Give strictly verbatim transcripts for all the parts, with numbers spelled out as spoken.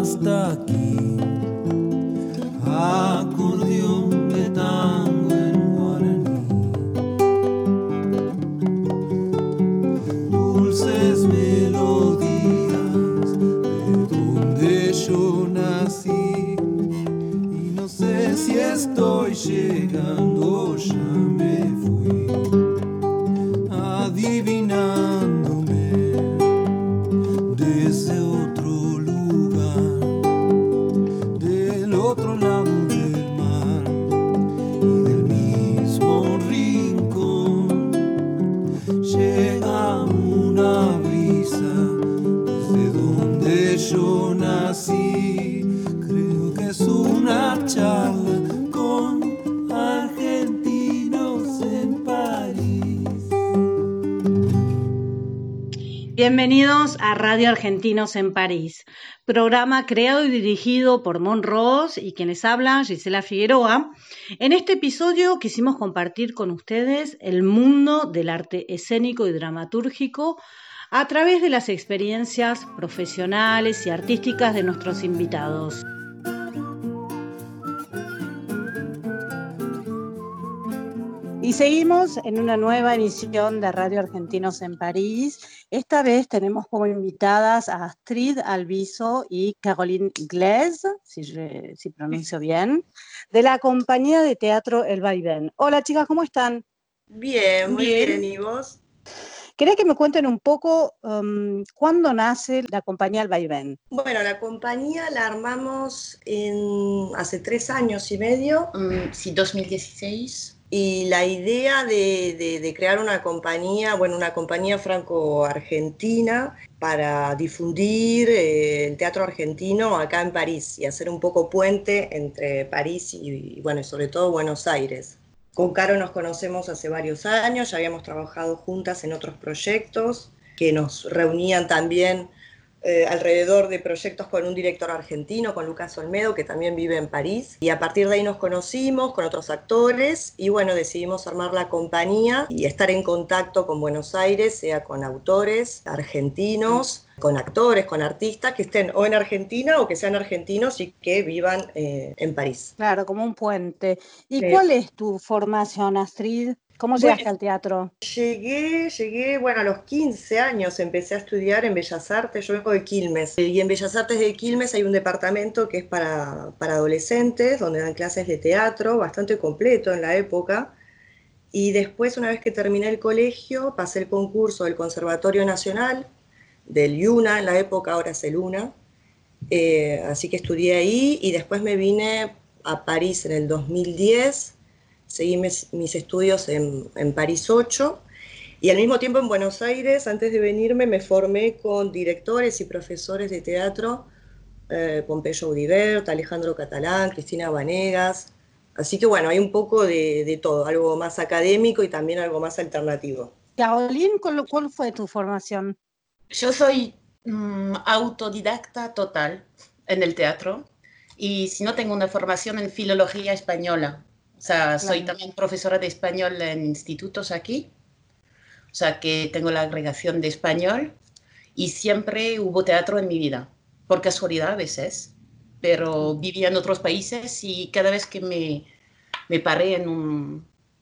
hasta aquí. Acordeón de tango en guaraní. Dulces melodías de donde yo nací. Y no sé si estoy llegando, ya me fui. Adivinándome desde otro lugar, del otro lado del mar y del mismo rincón. Llega una brisa desde donde yo nací. Creo que es una charla con argentinos en París. Bienvenidos a Radio Argentinos en París, programa creado y dirigido por Mon Ross y quienes hablan, Gisela Figueroa. En este episodio quisimos compartir con ustedes el mundo del arte escénico y dramatúrgico a través de las experiencias profesionales y artísticas de nuestros invitados. Y seguimos en una nueva emisión de Radio Argentinos en París. Esta vez tenemos como invitadas a Astrid Alviso y Caroline Glaise, si, si pronuncio bien, de la compañía de teatro El Vaivén. Hola chicas, ¿cómo están? Bien, muy bien. bien. ¿Y vos? Quería que me cuenten un poco um, cuándo nace la compañía El Vaivén. Bueno, la compañía la armamos en, hace tres años y medio. Um, sí, dos mil dieciséis. Y la idea de, de, de crear una compañía, bueno, una compañía franco-argentina para difundir eh, el teatro argentino acá en París y hacer un poco puente entre París y, y bueno, sobre todo Buenos Aires. Con Caro nos conocemos hace varios años, ya habíamos trabajado juntas en otros proyectos que nos reunían también eh, alrededor de proyectos con un director argentino, con Lucas Olmedo, que también vive en París. Y a partir de ahí nos conocimos con otros actores y bueno, decidimos armar la compañía y estar en contacto con Buenos Aires, sea con autores argentinos, con actores, con artistas que estén o en Argentina o que sean argentinos y que vivan eh, en París. Claro, como un puente. ¿Y sí. cuál es tu formación, Astrid? ¿Cómo llegaste bueno, al teatro? Llegué, llegué, bueno, a los quince años empecé a estudiar en Bellas Artes, yo vengo de Quilmes, y en Bellas Artes de Quilmes hay un departamento que es para, para adolescentes, donde dan clases de teatro, bastante completo en la época, y después, una vez que terminé el colegio, pasé el concurso del Conservatorio Nacional, del IUNA, en la época, ahora es el UNA, eh, así que estudié ahí, y después me vine a París en el dos mil diez, seguí mis, mis estudios en, en París ocho y al mismo tiempo en Buenos Aires, antes de venirme, me formé con directores y profesores de teatro, eh, Pompeyo Audibert, Alejandro Catalán, Cristina Vanegas, así que bueno, hay un poco de, de todo, algo más académico y también algo más alternativo. Caroline, ¿cuál fue tu formación? Yo soy um, autodidacta total en el teatro y si no tengo una formación en filología española. O sea, soy claro. también profesora de español en institutos aquí, o sea que tengo la agregación de español y siempre hubo teatro en mi vida, por casualidad a veces, pero vivía en otros países y cada vez que me, me paré en un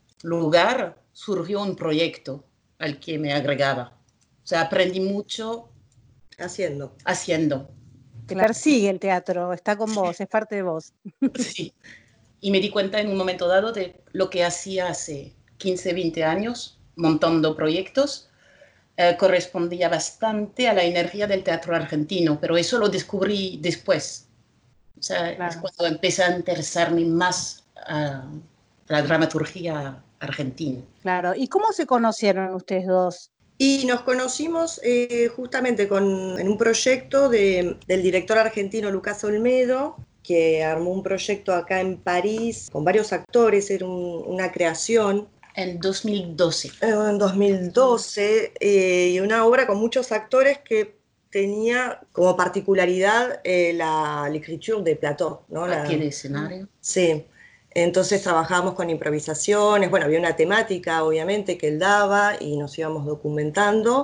lugar surgió un proyecto al que me agregaba. O sea, aprendí mucho haciendo. Haciendo. Te persigue el teatro, está con vos, es parte de vos. Sí. Y me di cuenta en un momento dado de lo que hacía hace quince, veinte años, montando proyectos, eh, correspondía bastante a la energía del teatro argentino, pero eso lo descubrí después. O sea, claro. Es cuando empecé a interesarme más a la dramaturgia argentina. Claro, ¿y cómo se conocieron ustedes dos? Y nos conocimos eh, justamente con, en un proyecto de, del director argentino Lucas Olmedo, que armó un proyecto acá en París con varios actores, era un, una creación. En dos mil doce. Eh, en dos mil doce, eh, y una obra con muchos actores que tenía como particularidad eh, la l'écriture de Platón, ¿no? La pie de escenario. Sí. Entonces trabajábamos con improvisaciones, bueno, había una temática obviamente que él daba y nos íbamos documentando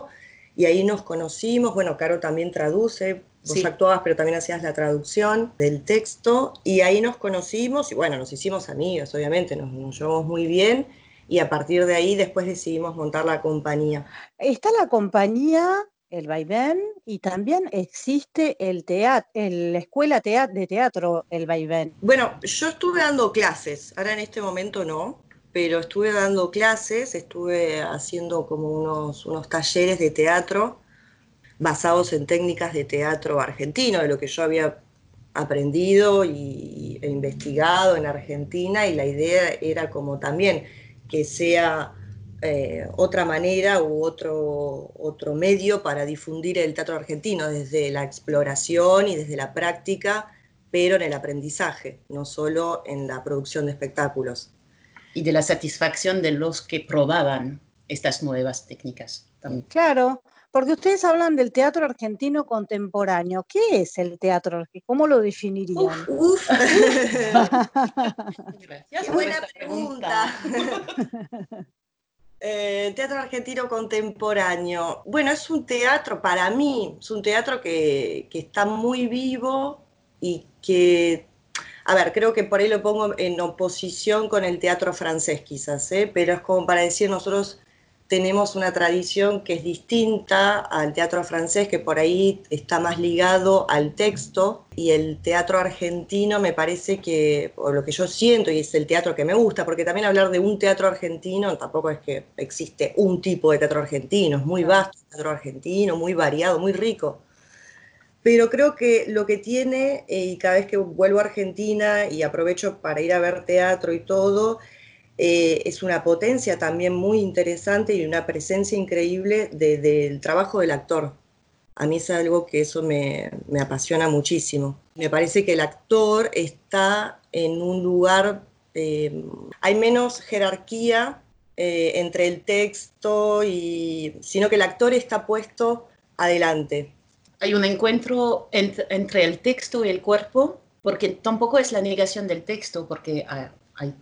y ahí nos conocimos. Bueno, Caro también traduce, vos Sí. actuabas, pero también hacías la traducción del texto, y ahí nos conocimos, y bueno, nos hicimos amigos, obviamente, nos, nos llevamos muy bien, y a partir de ahí después decidimos montar la compañía. Está la compañía, el Vaivén, y también existe el teatro, la escuela tea- de teatro, el Vaivén. Bueno, yo estuve dando clases, ahora en este momento no, pero estuve dando clases, estuve haciendo como unos, unos talleres de teatro basados en técnicas de teatro argentino, de lo que yo había aprendido y, e investigado en Argentina, y la idea era como también que sea eh, otra manera u otro, otro medio para difundir el teatro argentino desde la exploración y desde la práctica, pero en el aprendizaje, no solo en la producción de espectáculos. Y de la satisfacción de los que probaban estas nuevas técnicas también. Claro, porque ustedes hablan del teatro argentino contemporáneo. ¿Qué es el teatro argentino? ¿Cómo lo definirían? Uf, uf. Gracias Qué por buena esta pregunta. Eh, teatro argentino contemporáneo. Bueno, es un teatro, para mí, es un teatro que, que está muy vivo y que, a ver, creo que por ahí lo pongo en oposición con el teatro francés quizás, ¿eh? Pero es como para decir, nosotros tenemos una tradición que es distinta al teatro francés, que por ahí está más ligado al texto, y el teatro argentino me parece que, o lo que yo siento, y es el teatro que me gusta, porque también hablar de un teatro argentino, tampoco es que existe un tipo de teatro argentino, es muy vasto el teatro argentino, muy variado, muy rico. Pero creo que lo que tiene, eh, y cada vez que vuelvo a Argentina y aprovecho para ir a ver teatro y todo, eh, es una potencia también muy interesante y una presencia increíble de, del trabajo del actor. A mí es algo que eso me, me apasiona muchísimo. Me parece que el actor está en un lugar, eh, hay menos jerarquía eh, entre el texto, y, sino que el actor está puesto adelante. Hay un encuentro ent- entre el texto y el cuerpo, porque tampoco es la negación del texto, porque hay, hay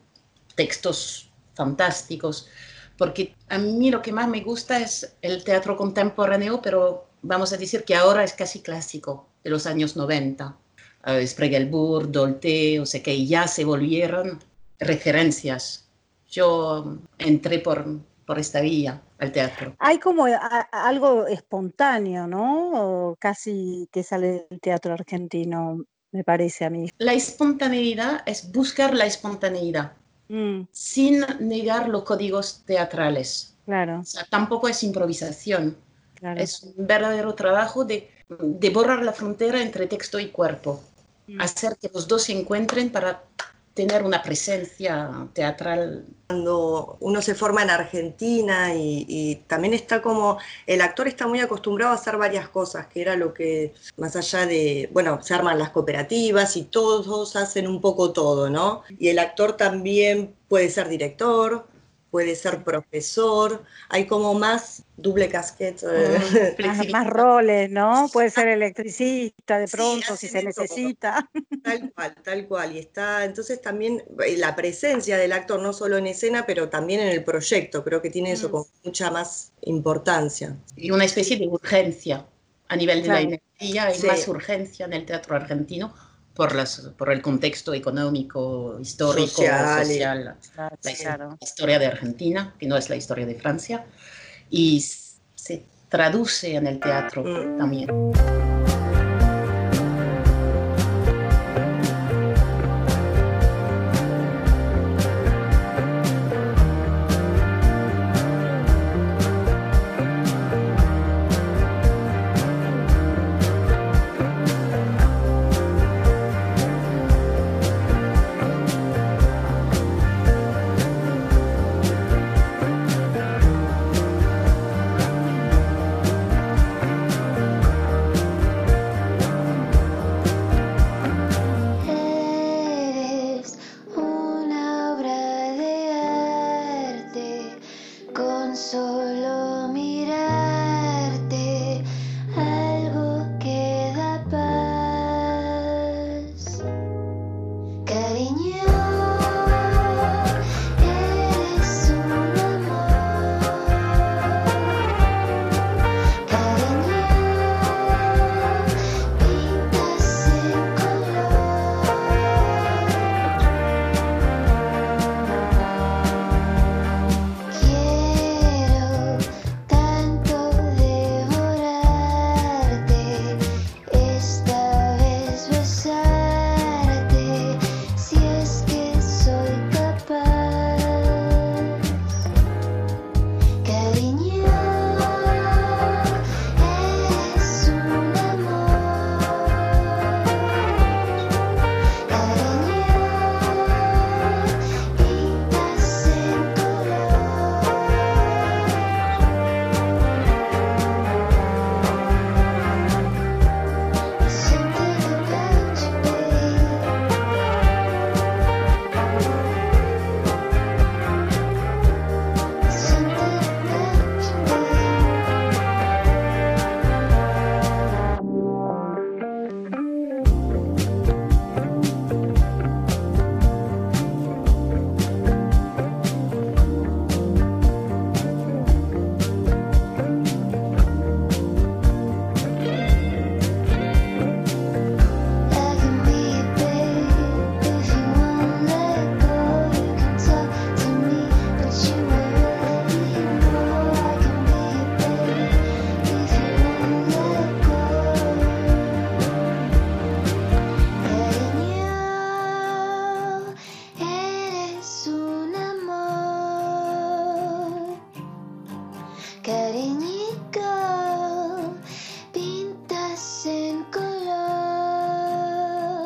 textos fantásticos, porque a mí lo que más me gusta es el teatro contemporáneo, pero vamos a decir que ahora es casi clásico, de los años noventa. Uh, Spiegelburg, Dolce, o sea que ya se volvieron referencias. Yo entré por, por esta vía al teatro. Hay como a, a, algo espontáneo, ¿no? O casi que sale del teatro argentino, me parece a mí. La espontaneidad es buscar la espontaneidad. Mm. Sin negar los códigos teatrales. Claro. O sea, tampoco es improvisación. Claro. Es un verdadero trabajo de, de borrar la frontera entre texto y cuerpo. Mm. Hacer que los dos se encuentren para tener una presencia teatral. Cuando uno se forma en Argentina y, y también está como, el actor está muy acostumbrado a hacer varias cosas, que era lo que, más allá de, bueno, se arman las cooperativas y todos hacen un poco todo, ¿no? Y el actor también puede ser director, puede ser profesor, hay como más doble casquete. Mm, más, más roles, ¿no? Puede ser electricista de pronto, sí, si se necesita. Tal cual, tal cual. Y está, entonces también la presencia del actor, no solo en escena, pero también en el proyecto, creo que tiene eso con mucha más importancia. Y una especie de urgencia a nivel de claro. La energía, hay sí. Más urgencia en el teatro argentino por, las, por el contexto económico, histórico, social, social claro, la, claro. La historia de Argentina, que no es la historia de Francia, y se traduce en el teatro mm. también.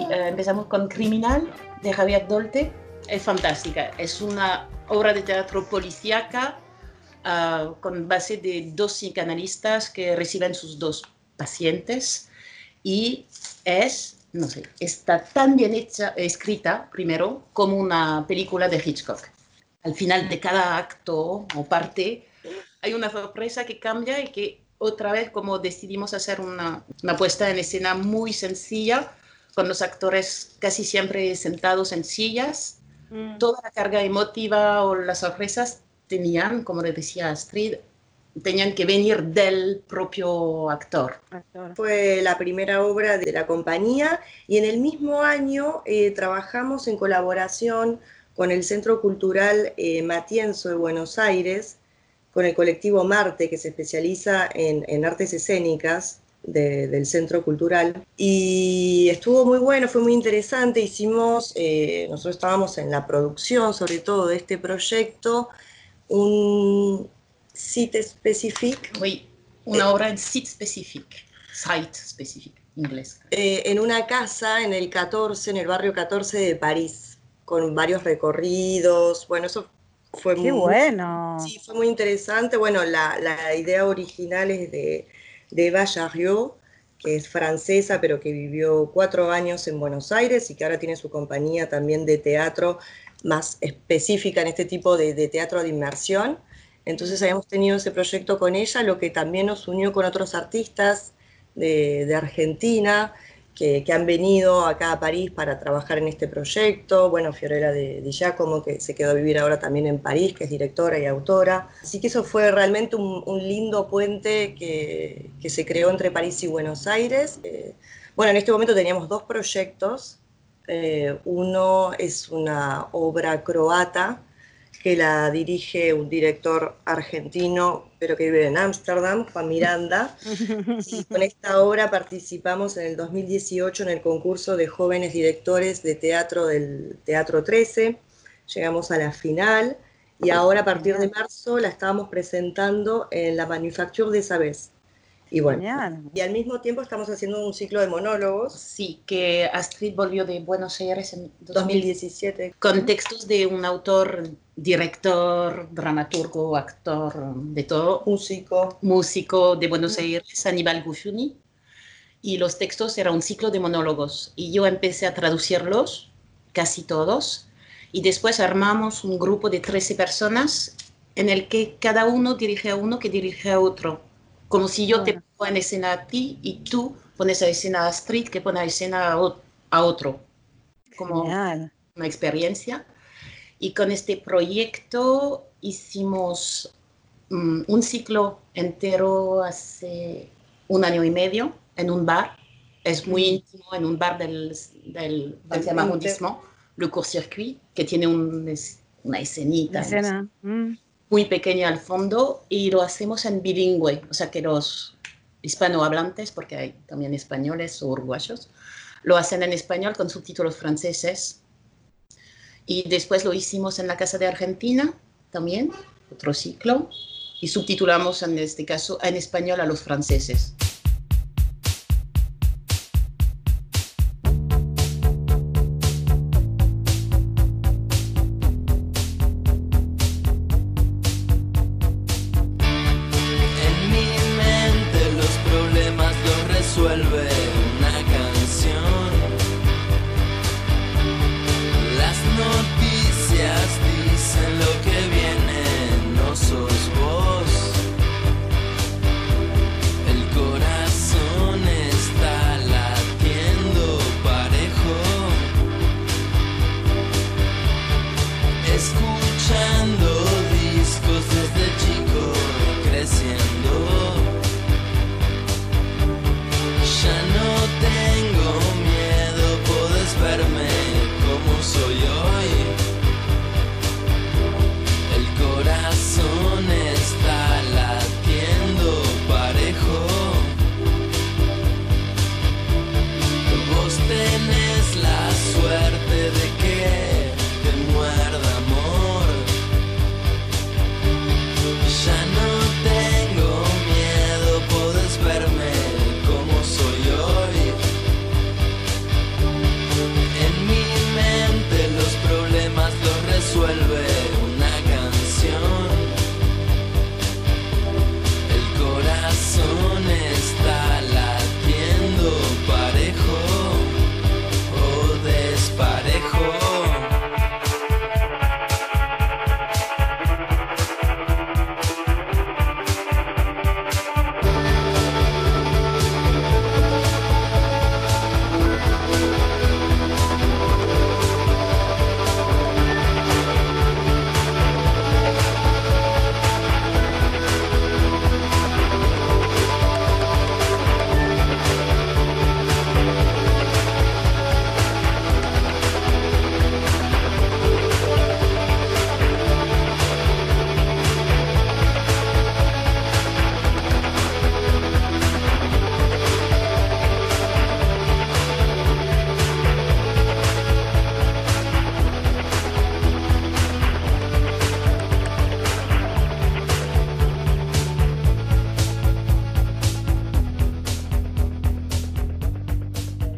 eh, empezamos con Criminal, de Javier Dolte. Es fantástica, es una obra de teatro policíaca uh, con base de dos psicoanalistas que reciben sus dos pacientes y es, no sé, está tan bien hecha, escrita primero como una película de Hitchcock. Al final de cada acto o parte hay una sorpresa que cambia y que otra vez como decidimos hacer una, una puesta en escena muy sencilla con los actores casi siempre sentados en sillas. Mm. Toda la carga emotiva o las sorpresas tenían, como decía Astrid, tenían que venir del propio actor. Fue la primera obra de la compañía y en el mismo año eh, trabajamos en colaboración con el Centro Cultural eh, Matienzo de Buenos Aires, con el colectivo Marte, que se especializa en, en artes escénicas de, del Centro Cultural. Y estuvo muy bueno, fue muy interesante. Hicimos, eh, nosotros estábamos en la producción, sobre todo, de este proyecto, un site específico. Oui, una obra en site específico, site específico, inglés. Eh, en una casa en el catorce, en el barrio catorce de París, con varios recorridos. Bueno, eso fue ¡Qué muy, bueno! Sí, fue muy interesante. Bueno, la, la idea original es de, de Eva Jarriot, que es francesa, pero que vivió cuatro años en Buenos Aires y que ahora tiene su compañía también de teatro más específica en este tipo de, de teatro de inmersión. Entonces habíamos tenido ese proyecto con ella, lo que también nos unió con otros artistas de, de Argentina que, que han venido acá a París para trabajar en este proyecto. Bueno, Fiorella de, Di Giacomo, que se quedó a vivir ahora también en París, que es directora y autora. Así que eso fue realmente un, un lindo puente que, que se creó entre París y Buenos Aires. Eh, bueno, en este momento teníamos dos proyectos. Eh, uno es una obra croata que la dirige un director argentino, pero que vive en Ámsterdam, Juan Miranda. Y con esta obra participamos en el dos mil dieciocho en el concurso de jóvenes directores de teatro del Teatro trece. Llegamos a la final y ahora a partir de marzo la estábamos presentando en la Manufacture des Abbés. Y bueno, Genial. Y al mismo tiempo estamos haciendo un ciclo de monólogos. Sí, que Astrid volvió de Buenos Aires en dos mil diecisiete. Con textos de un autor, director, dramaturgo, actor, de todo. Músico. Músico de Buenos Aires, Aníbal Guffiuni. Y los textos eran un ciclo de monólogos. Y yo empecé a traducirlos, casi todos. Y después armamos un grupo de trece personas en el que cada uno dirige a uno que dirige a otro. Como si yo te pongo en escena a ti y tú pones a escena a Astrid que pone a escena a, a otro. Como Genial. Una experiencia. Y con este proyecto hicimos um, un ciclo entero hace un año y medio en un bar. Es muy mm. íntimo, en un bar del, del veinte arrondissement, Le Court Circuit, que tiene un, una escenita. Escena. Mm. muy pequeña al fondo y lo hacemos en bilingüe, o sea que los hispanohablantes, porque hay también españoles o uruguayos, lo hacen en español con subtítulos franceses. Y después lo hicimos en la Casa de Argentina también, otro ciclo, y subtitulamos en este caso en español a los franceses. El corazón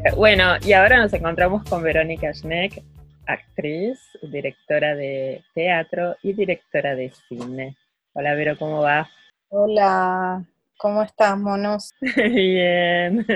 Bueno, y ahora nos encontramos con Verónica Schneck, actriz, directora de teatro y directora de cine. Hola, Vero, ¿cómo va? Hola, ¿cómo estás, monos? Bien.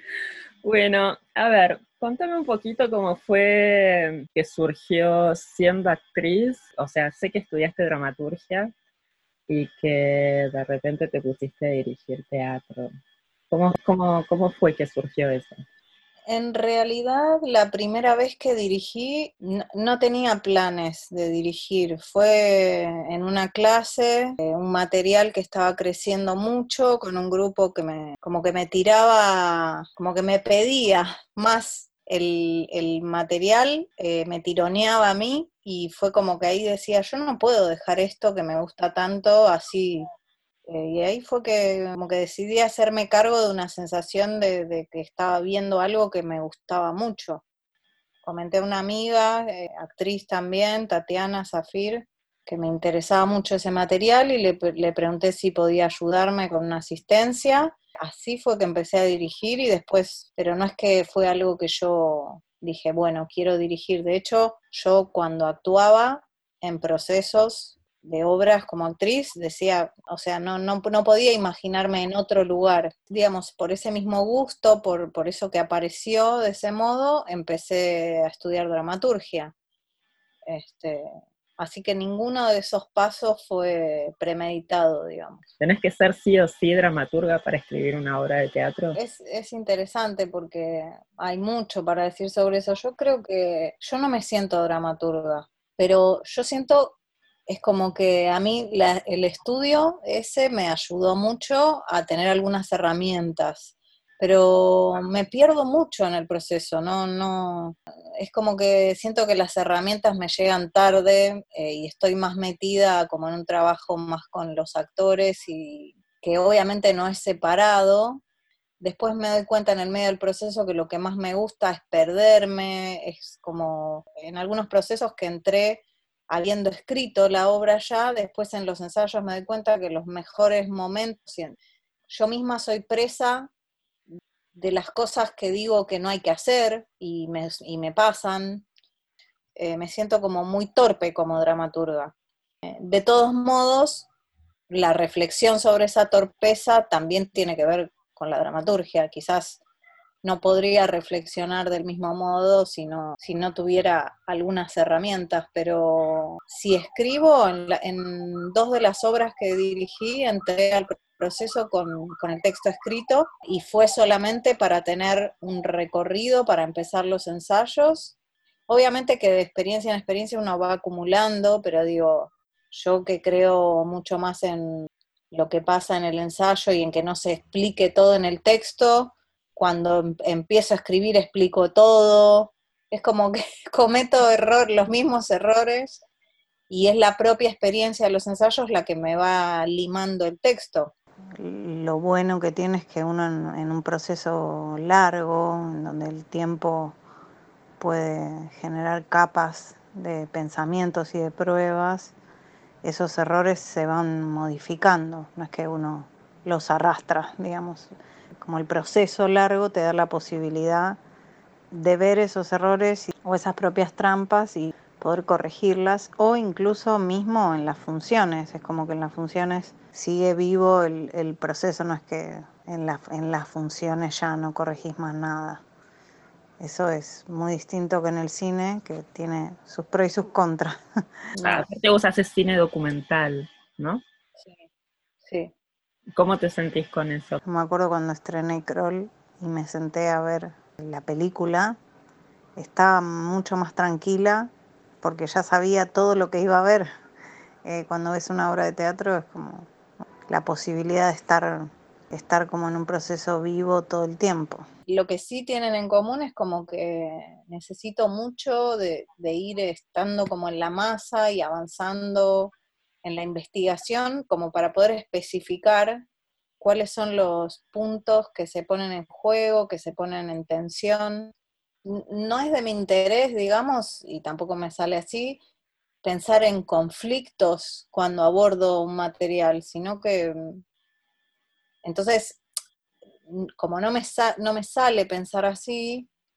Bueno, a ver, contame un poquito cómo fue que surgió siendo actriz. O sea, sé que estudiaste dramaturgia y que de repente te pusiste a dirigir teatro. ¿Cómo, cómo, cómo fue que surgió eso? En realidad, la primera vez que dirigí, no, no tenía planes de dirigir. Fue en una clase, eh, un material que estaba creciendo mucho, con un grupo que me, como que me tiraba, como que me pedía más el, el material, eh, me tironeaba a mí, y fue como que ahí decía, yo no puedo dejar esto que me gusta tanto así. Eh, y ahí fue que como que decidí hacerme cargo de una sensación de, de que estaba viendo algo que me gustaba mucho. Comenté a una amiga, eh, actriz también, Tatiana Zafir, que me interesaba mucho ese material, y le, le pregunté si podía ayudarme con una asistencia. Así fue que empecé a dirigir, y después, pero no es que fue algo que yo dije, bueno, quiero dirigir. De hecho, yo cuando actuaba en procesos de obras como actriz, decía, o sea, no, no, no podía imaginarme en otro lugar. Digamos, por ese mismo gusto, por, por eso que apareció de ese modo, empecé a estudiar dramaturgia. Este, así que ninguno de esos pasos fue premeditado, digamos. ¿Tenés que ser sí o sí dramaturga para escribir una obra de teatro? Es, es interesante porque hay mucho para decir sobre eso. Yo creo que yo no me siento dramaturga, pero yo siento, es como que a mí la, el estudio ese me ayudó mucho a tener algunas herramientas, pero me pierdo mucho en el proceso, no, no, es como que siento que las herramientas me llegan tarde, eh, y estoy más metida como en un trabajo más con los actores, y que obviamente no es separado. Después me doy cuenta en el medio del proceso que lo que más me gusta es perderme, es como en algunos procesos que entré habiendo escrito la obra ya, después en los ensayos me doy cuenta que los mejores momentos, yo misma soy presa de las cosas que digo que no hay que hacer y me, y me pasan, eh, me siento como muy torpe como dramaturga. Eh, de todos modos, la reflexión sobre esa torpeza también tiene que ver con la dramaturgia. Quizás no podría reflexionar del mismo modo si no, si no tuviera algunas herramientas, pero si escribo, en, la, en dos de las obras que dirigí, entré al proceso con, con el texto escrito, y fue solamente para tener un recorrido, para empezar los ensayos. Obviamente que de experiencia en experiencia uno va acumulando, pero digo, yo que creo mucho más en lo que pasa en el ensayo y en que no se explique todo en el texto, cuando empiezo a escribir explico todo, es como que cometo error, los mismos errores, y es la propia experiencia de los ensayos la que me va limando el texto. Lo bueno que tiene es que uno en, en un proceso largo, en donde el tiempo puede generar capas de pensamientos y de pruebas, esos errores se van modificando, no es que uno los arrastra, digamos. Como el proceso largo te da la posibilidad de ver esos errores o esas propias trampas y poder corregirlas, o incluso mismo en las funciones, es como que en las funciones sigue vivo el, el proceso, no es que en, la, en las funciones ya no corregís más nada. Eso es muy distinto que en el cine, que tiene sus pros y sus contras. Ah, aparte vos haces cine documental, ¿no? Sí, sí. ¿Cómo te sentís con eso? Me acuerdo cuando estrené Kroll y me senté a ver la película, estaba mucho más tranquila porque ya sabía todo lo que iba a ver. Eh, cuando ves una obra de teatro es como la posibilidad de estar, estar como en un proceso vivo todo el tiempo. Lo que sí tienen en común es como que necesito mucho de, de ir estando como en la masa y avanzando en la investigación, como para poder especificar cuáles son los puntos que se ponen en juego, que se ponen en tensión. No es de mi interés, digamos, y tampoco me sale así, pensar en conflictos cuando abordo un material, sino que, entonces, como no me, sa- no me sale pensar así,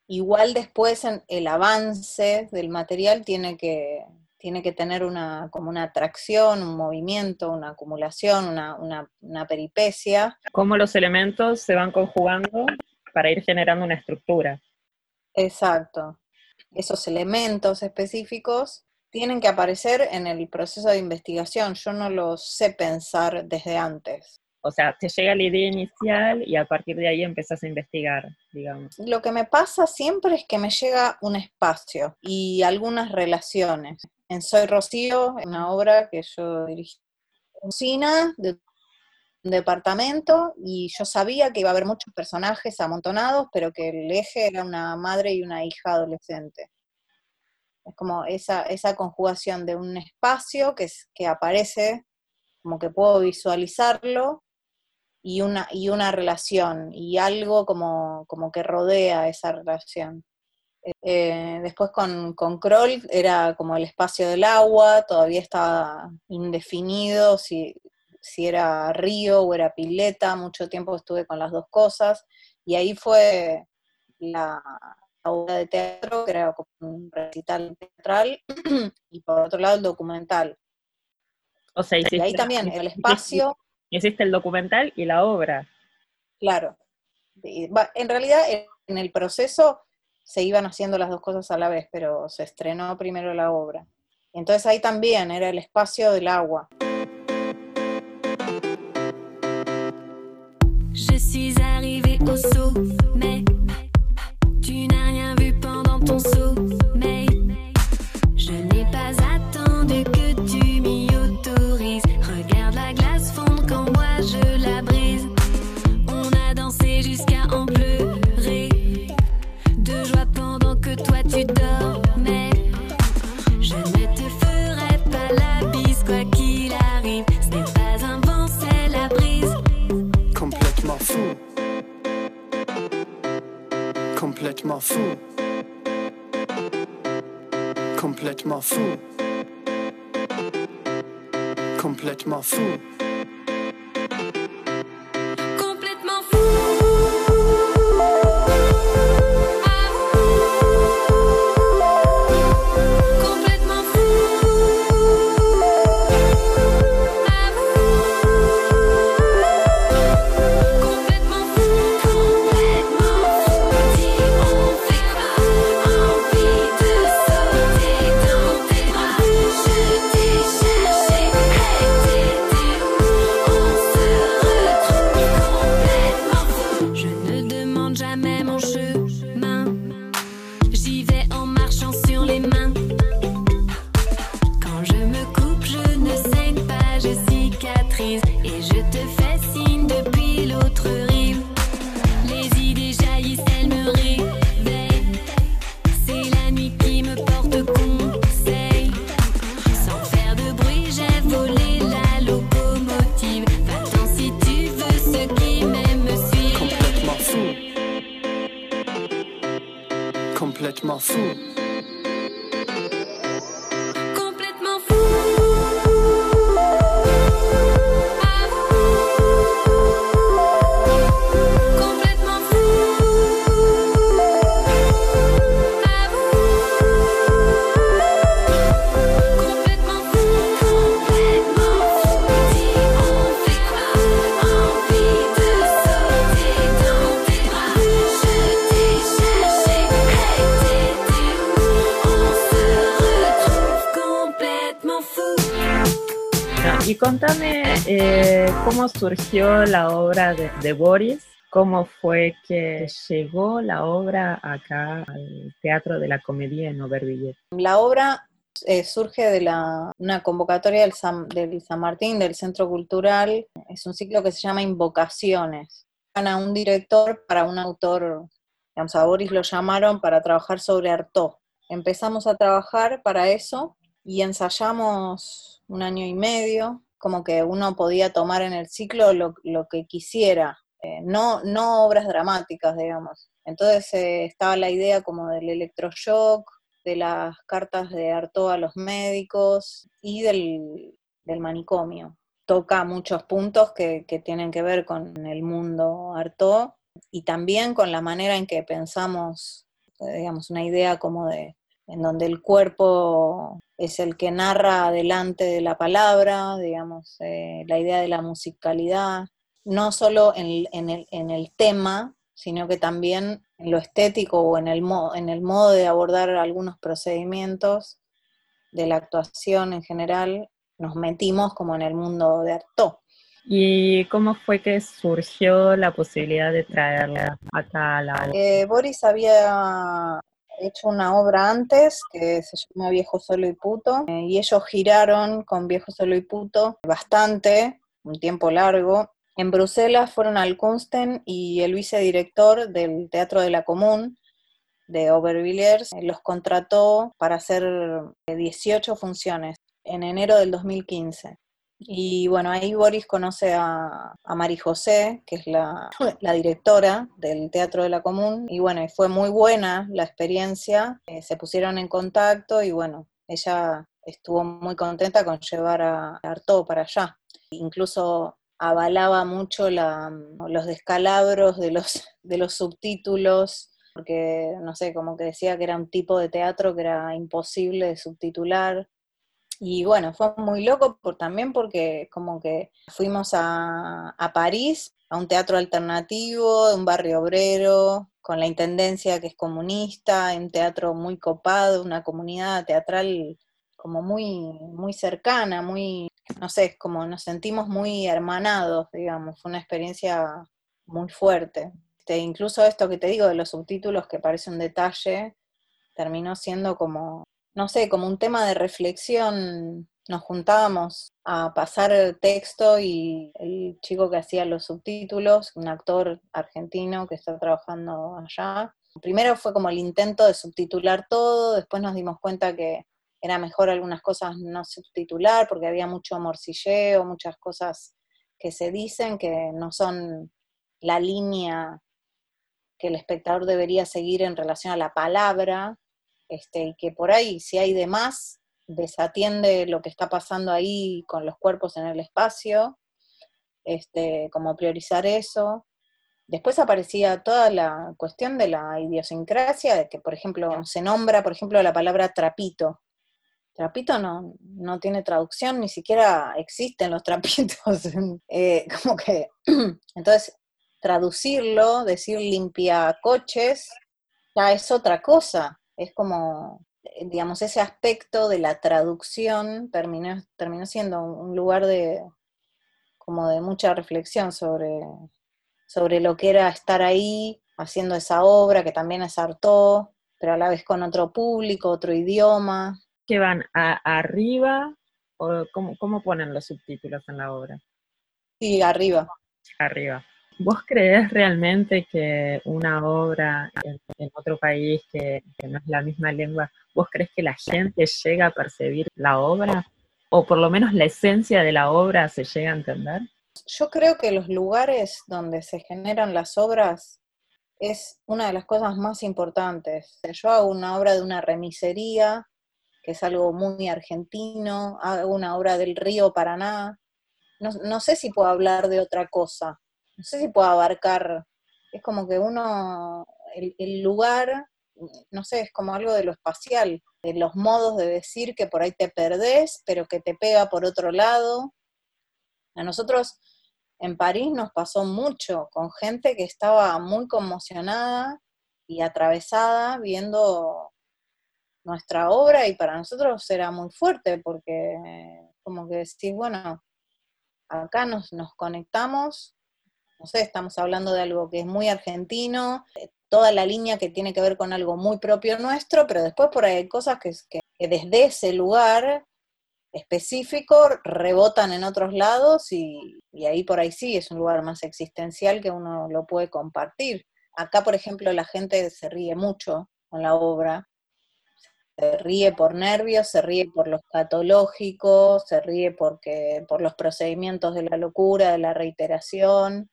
igual después en el avance del material tiene que, tiene que tener una, como una atracción, un movimiento, una acumulación, una, una, una peripecia. Cómo los elementos se van conjugando para ir generando una estructura. Exacto. Esos elementos específicos tienen que aparecer en el proceso de investigación. Yo no los sé pensar desde antes. O sea, te llega la idea inicial y a partir de ahí empezás a investigar, digamos. Lo que me pasa siempre es que me llega un espacio y algunas relaciones. En Soy Rocío, una obra que yo dirigí, cocina de un departamento, y yo sabía que iba a haber muchos personajes amontonados, pero que el eje era una madre y una hija adolescente. Es como esa, esa conjugación de un espacio que, es, que aparece, como que puedo visualizarlo, y una, y una relación, y algo como, como que rodea esa relación. Eh, después con, con Kroll era como el espacio del agua, todavía estaba indefinido si, si era río o era pileta, mucho tiempo estuve con las dos cosas, y ahí fue la, la obra de teatro, que era como un recital teatral, y por otro lado el documental. O sea, y ahí también el espacio... Hiciste el documental y la obra. Claro. En realidad, en el proceso se iban haciendo las dos cosas a la vez, pero se estrenó primero la obra. Entonces ahí también era el espacio del agua. Je suis arrivée au sommet. Tu n'as rien vu pendant ton sommeil. Je n'ai pas attendu que tu m'y autorises. Regarde la glace fondre quand moi je la brise. On a dansé jusqu'à en pleurer de joie pendant que toi tu dormais. Je ne te ferai pas la bise quoi qu'il arrive. Ce n'est pas un vent, c'est la brise. Complètement fou. Complètement fou. Complètement fou. Complètement fou. Complètement fou. Complètement fou. Complètement fou. Complètement fou. Dis on fait quoi? Envie de sauter dans tes bras. Je t'ai cherché. Hey, t'étais où? On se retrouve complètement fou. Je ne demande jamais mon chemin. J'y vais en marchant sur les mains. Quand je me coupe, je ne saigne pas, je cicatrise. Et je te fais signe depuis l'autre rive. Les idées jaillissent, elles me réveillent. C'est la nuit qui me porte conseil. Sans faire de bruit, j'ai volé la locomotive. Va-t'en si tu veux, ceux qui m'aiment me suivent. Complètement fou. Complètement fou. Complètement fou. Complètement fou. Complètement fou. Complètement fou. Dis on fait quoi? Envie de sauter dans tes bras. Je t'ai cherché. Hey, t'étais où? On se retrouve complètement fou. No, y contame eh, cómo surgió la obra de, de Boris, cómo fue que llegó la obra acá al Teatro de la Comédie en Aubervilliers. La obra eh, surge de la, una convocatoria del San, del San Martín, del Centro Cultural. Es un ciclo que se llama Invocaciones. Van a un director para un autor, digamos, a Boris lo llamaron para trabajar sobre Artaud. Empezamos a trabajar para eso y ensayamos un año y medio, como que uno podía tomar en el ciclo lo, lo que quisiera, eh, no, no obras dramáticas, digamos. Entonces eh, estaba la idea como del electroshock, de las cartas de Artaud a los médicos y del, del manicomio. Toca muchos puntos que, que tienen que ver con el mundo Artaud y también con la manera en que pensamos digamos, una idea como de, en donde el cuerpo es el que narra delante de la palabra, digamos, eh, la idea de la musicalidad, no solo en, en, el, en el tema, sino que también en lo estético o en el, mo- en el modo de abordar algunos procedimientos de la actuación en general, nos metimos como en el mundo de Artaud. ¿Y cómo fue que surgió la posibilidad de traerla acá a la obra? Eh, Boris había hecho una obra antes que se llama Viejo Solo y Puto, eh, y ellos giraron con Viejo Solo y Puto bastante, un tiempo largo. En Bruselas fueron al Kunsten y el vicedirector del Teatro de la Común de Aubervilliers eh, los contrató para hacer eh, dieciocho funciones en enero del dos mil quince. Y bueno, ahí Boris conoce a, a Mari José, que es la, la directora del Teatro de la Común, y bueno, y fue muy buena la experiencia, eh, se pusieron en contacto y bueno, ella estuvo muy contenta con llevar a Artaud para allá. Incluso avalaba mucho la, los descalabros de los, de los subtítulos, porque no sé, como que decía que era un tipo de teatro que era imposible de subtitular. Y bueno, fue muy loco por, también porque como que fuimos a, a París, a un teatro alternativo, de un barrio obrero, con la intendencia que es comunista, un teatro muy copado, una comunidad teatral como muy, muy cercana, muy, no sé, como nos sentimos muy hermanados, digamos, fue una experiencia muy fuerte. Este, incluso esto que te digo de los subtítulos, que parece un detalle, terminó siendo como, no sé, como un tema de reflexión. Nos juntábamos a pasar el texto y el chico que hacía los subtítulos, un actor argentino que está trabajando allá, primero fue como el intento de subtitular todo, después nos dimos cuenta que era mejor algunas cosas no subtitular porque había mucho morcilleo, muchas cosas que se dicen que no son la línea que el espectador debería seguir en relación a la palabra, este, y que por ahí, si hay de más, desatiende lo que está pasando ahí con los cuerpos en el espacio, este, como priorizar eso. Después aparecía toda la cuestión de la idiosincrasia, de que, por ejemplo, se nombra, por ejemplo, la palabra trapito. Trapito no, no tiene traducción, ni siquiera existen los trapitos. eh, como que, entonces, traducirlo, decir limpia coches, ya es otra cosa. Es como, digamos, ese aspecto de la traducción terminó, terminó siendo un lugar de, como de mucha reflexión sobre, sobre lo que era estar ahí, haciendo esa obra, que también es Artaud, pero a la vez con otro público, otro idioma. ¿Que van a, arriba o cómo, cómo ponen los subtítulos en la obra? Sí, arriba. Arriba. ¿Vos creés realmente que una obra en, en otro país que, que no es la misma lengua, vos crees que la gente llega a percibir la obra? ¿O por lo menos la esencia de la obra se llega a entender? Yo creo que los lugares donde se generan las obras es una de las cosas más importantes. Yo hago una obra de una remisería, que es algo muy argentino, hago una obra del río Paraná. No, no sé si puedo hablar de otra cosa, no sé si puedo abarcar, es como que uno, el, el lugar, no sé, es como algo de lo espacial, de los modos de decir que por ahí te perdés, pero que te pega por otro lado. A nosotros en París nos pasó mucho, con gente que estaba muy conmocionada y atravesada viendo nuestra obra, y para nosotros era muy fuerte, porque como que decís, bueno, acá nos, nos conectamos, no sé, estamos hablando de algo que es muy argentino, toda la línea que tiene que ver con algo muy propio nuestro, pero después por ahí hay cosas que, que, que desde ese lugar específico rebotan en otros lados, y, y ahí por ahí sí es un lugar más existencial que uno lo puede compartir. Acá, por ejemplo, la gente se ríe mucho con la obra, se ríe por nervios, se ríe por lo escatológico, se ríe porque, por los procedimientos de la locura, de la reiteración,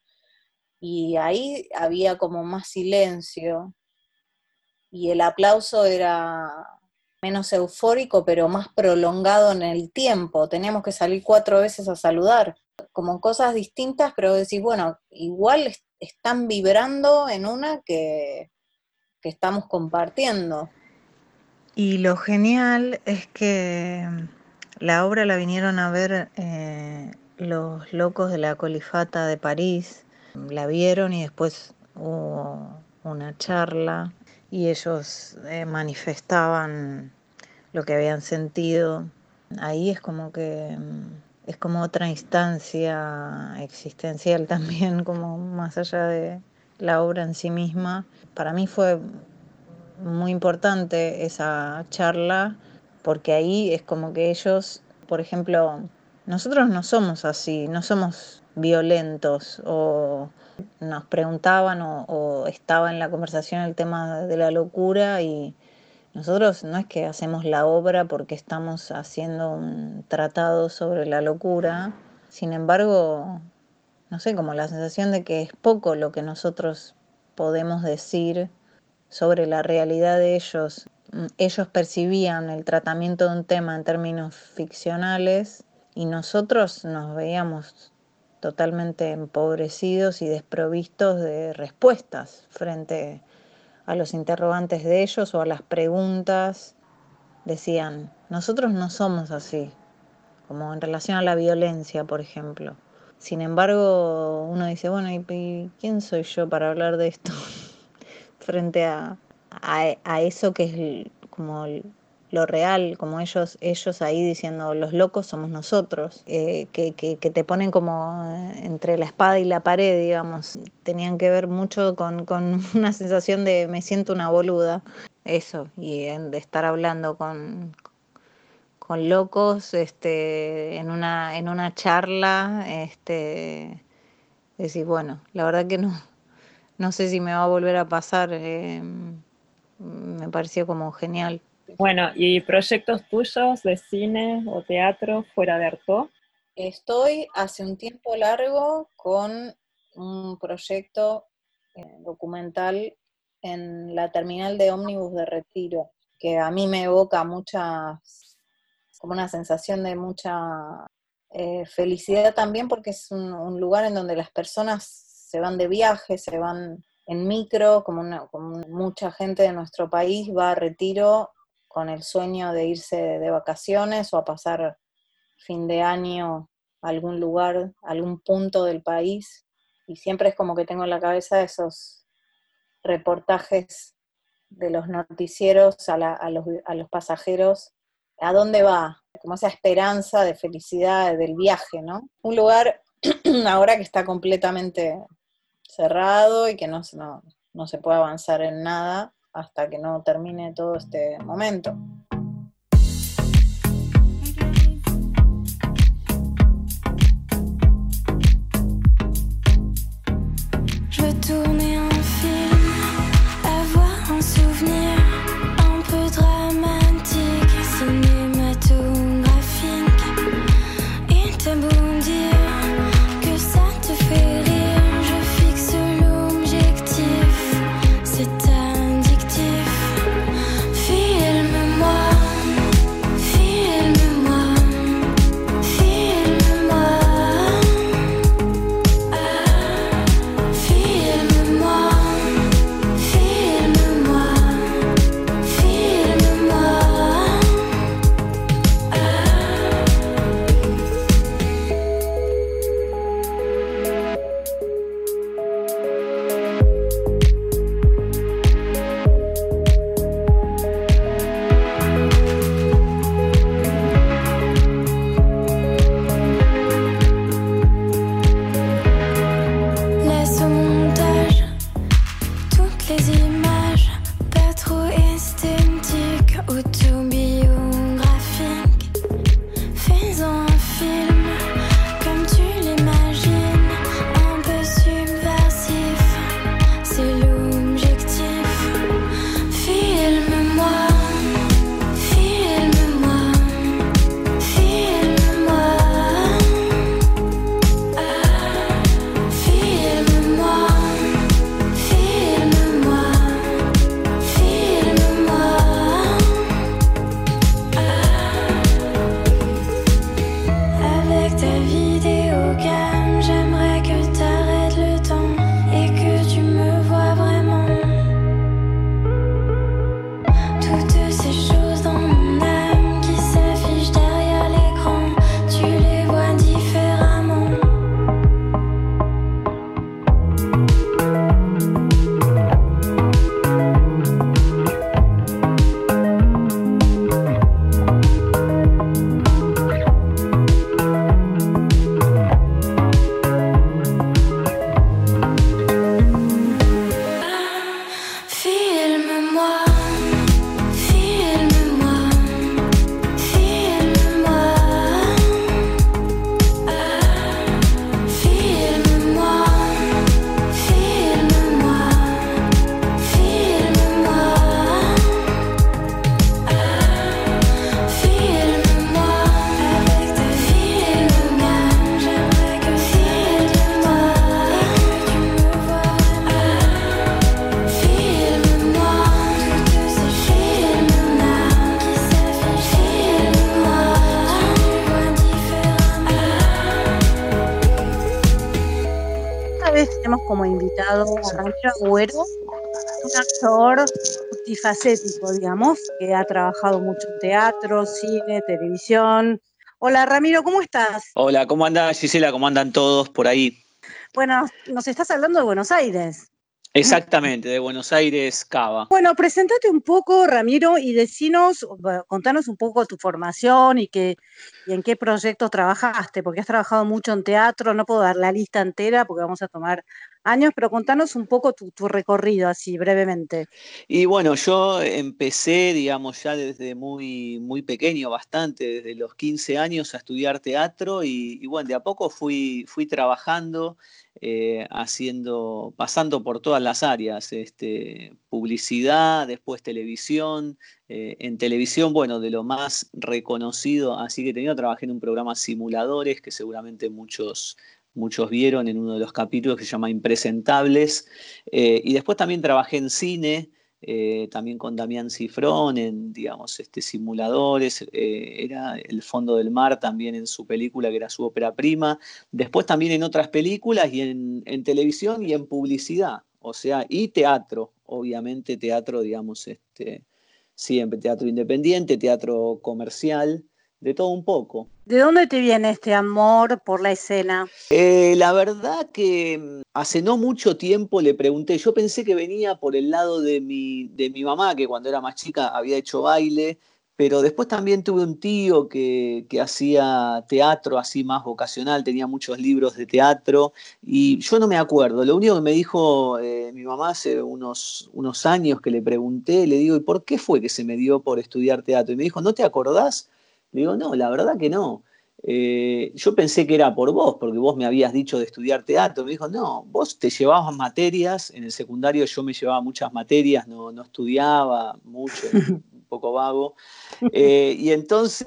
y ahí había como más silencio, y el aplauso era menos eufórico, pero más prolongado en el tiempo. Teníamos que salir cuatro veces a saludar, como cosas distintas, pero decís, bueno, igual están vibrando en una que, que estamos compartiendo. Y lo genial es que la obra la vinieron a ver eh, los locos de la Colifata de París, la vieron y después hubo una charla y ellos eh, manifestaban lo que habían sentido. Ahí es como que es como otra instancia existencial también, como más allá de la obra en sí misma. Para mí fue muy importante esa charla, porque ahí es como que ellos, por ejemplo, nosotros no somos así, no somos violentos, o nos preguntaban o, o estaba en la conversación el tema de la locura, y nosotros no es que hacemos la obra porque estamos haciendo un tratado sobre la locura. Sin embargo, no sé, como la sensación de que es poco lo que nosotros podemos decir sobre la realidad de ellos. Ellos percibían el tratamiento de un tema en términos ficcionales y nosotros nos veíamos totalmente empobrecidos y desprovistos de respuestas frente a los interrogantes de ellos o a las preguntas. Decían, nosotros no somos así, como en relación a la violencia, por ejemplo. Sin embargo, uno dice, bueno, ¿y quién soy yo para hablar de esto? Frente a, a, a eso que es como lo real, como ellos ellos ahí diciendo, los locos somos nosotros, eh, que, que, que te ponen como entre la espada y la pared, digamos. Tenían que ver mucho con, con una sensación de me siento una boluda, eso, y de estar hablando con, con locos este, en, una, en una charla, este, decir, bueno, la verdad que no. No sé si me va a volver a pasar, eh, me pareció como genial. Bueno, ¿y proyectos tuyos de cine o teatro fuera de Artaud? Estoy hace un tiempo largo con un proyecto eh, documental en la terminal de ómnibus de Retiro, que a mí me evoca muchas, como una sensación de mucha eh, felicidad también, porque es un, un lugar en donde las personas se van de viaje, se van en micro, como, una, como mucha gente de nuestro país va a Retiro con el sueño de irse de vacaciones o a pasar fin de año a algún lugar, a algún punto del país, y siempre es como que tengo en la cabeza esos reportajes de los noticieros a, la, a, los, a los pasajeros, ¿a dónde va? Como esa esperanza de felicidad del viaje, ¿no? Un lugar ahora que está completamente cerrado y que no, no, no se puede avanzar en nada hasta que no termine todo este momento. Je veux tourner un film, avoir un souvenir un peu dramatique, cinématographique, et te bondir que ça te fait rire. C'est addictif, filme-moi. invitado a Ramiro Agüero, un actor multifacético, digamos, que ha trabajado mucho en teatro, cine, televisión. Hola Ramiro, ¿cómo estás? Hola, ¿cómo andás, Gisela? ¿Cómo andan todos por ahí? Bueno, nos estás hablando de Buenos Aires. Exactamente, de Buenos Aires, Cava. Bueno, presentate un poco, Ramiro, y decinos, bueno, contanos un poco tu formación y, qué, y en qué proyectos trabajaste, porque has trabajado mucho en teatro, no puedo dar la lista entera porque vamos a tomar años, pero contanos un poco tu, tu recorrido, así brevemente. Y bueno, yo empecé, digamos, ya desde muy, muy pequeño, bastante, desde los quince años a estudiar teatro y, y bueno, de a poco fui, fui trabajando, eh, haciendo, pasando por todas las áreas, este, publicidad, después televisión. Eh, en televisión, bueno, de lo más reconocido, así que he tenido, trabajé en un programa Simuladores, que seguramente muchos, muchos vieron en uno de los capítulos que se llama Impresentables. Eh, y después también trabajé en cine, eh, también con Damián Cifrón, en, digamos, este, Simuladores. Eh, era El Fondo del Mar también en su película, que era su ópera prima. Después también en otras películas y en, en televisión y en publicidad, o sea, y teatro, obviamente teatro, digamos, este, siempre teatro independiente, teatro comercial, de todo un poco. ¿De dónde te viene este amor por la escena? Eh, la verdad que hace no mucho tiempo le pregunté, yo pensé que venía por el lado de mi, de mi mamá, que cuando era más chica había hecho baile, pero después también tuve un tío que, que hacía teatro así más vocacional, tenía muchos libros de teatro y yo no me acuerdo. Lo único que me dijo eh, mi mamá hace unos, unos años que le pregunté, le digo, ¿y por qué fue que se me dio por estudiar teatro? Y me dijo, ¿no te acordás? Le digo, no, la verdad que no. Eh, yo pensé que era por vos, porque vos me habías dicho de estudiar teatro. Me dijo, no, vos te llevabas materias, en el secundario yo me llevaba muchas materias, no, no estudiaba mucho, era un poco vago. Eh, y entonces,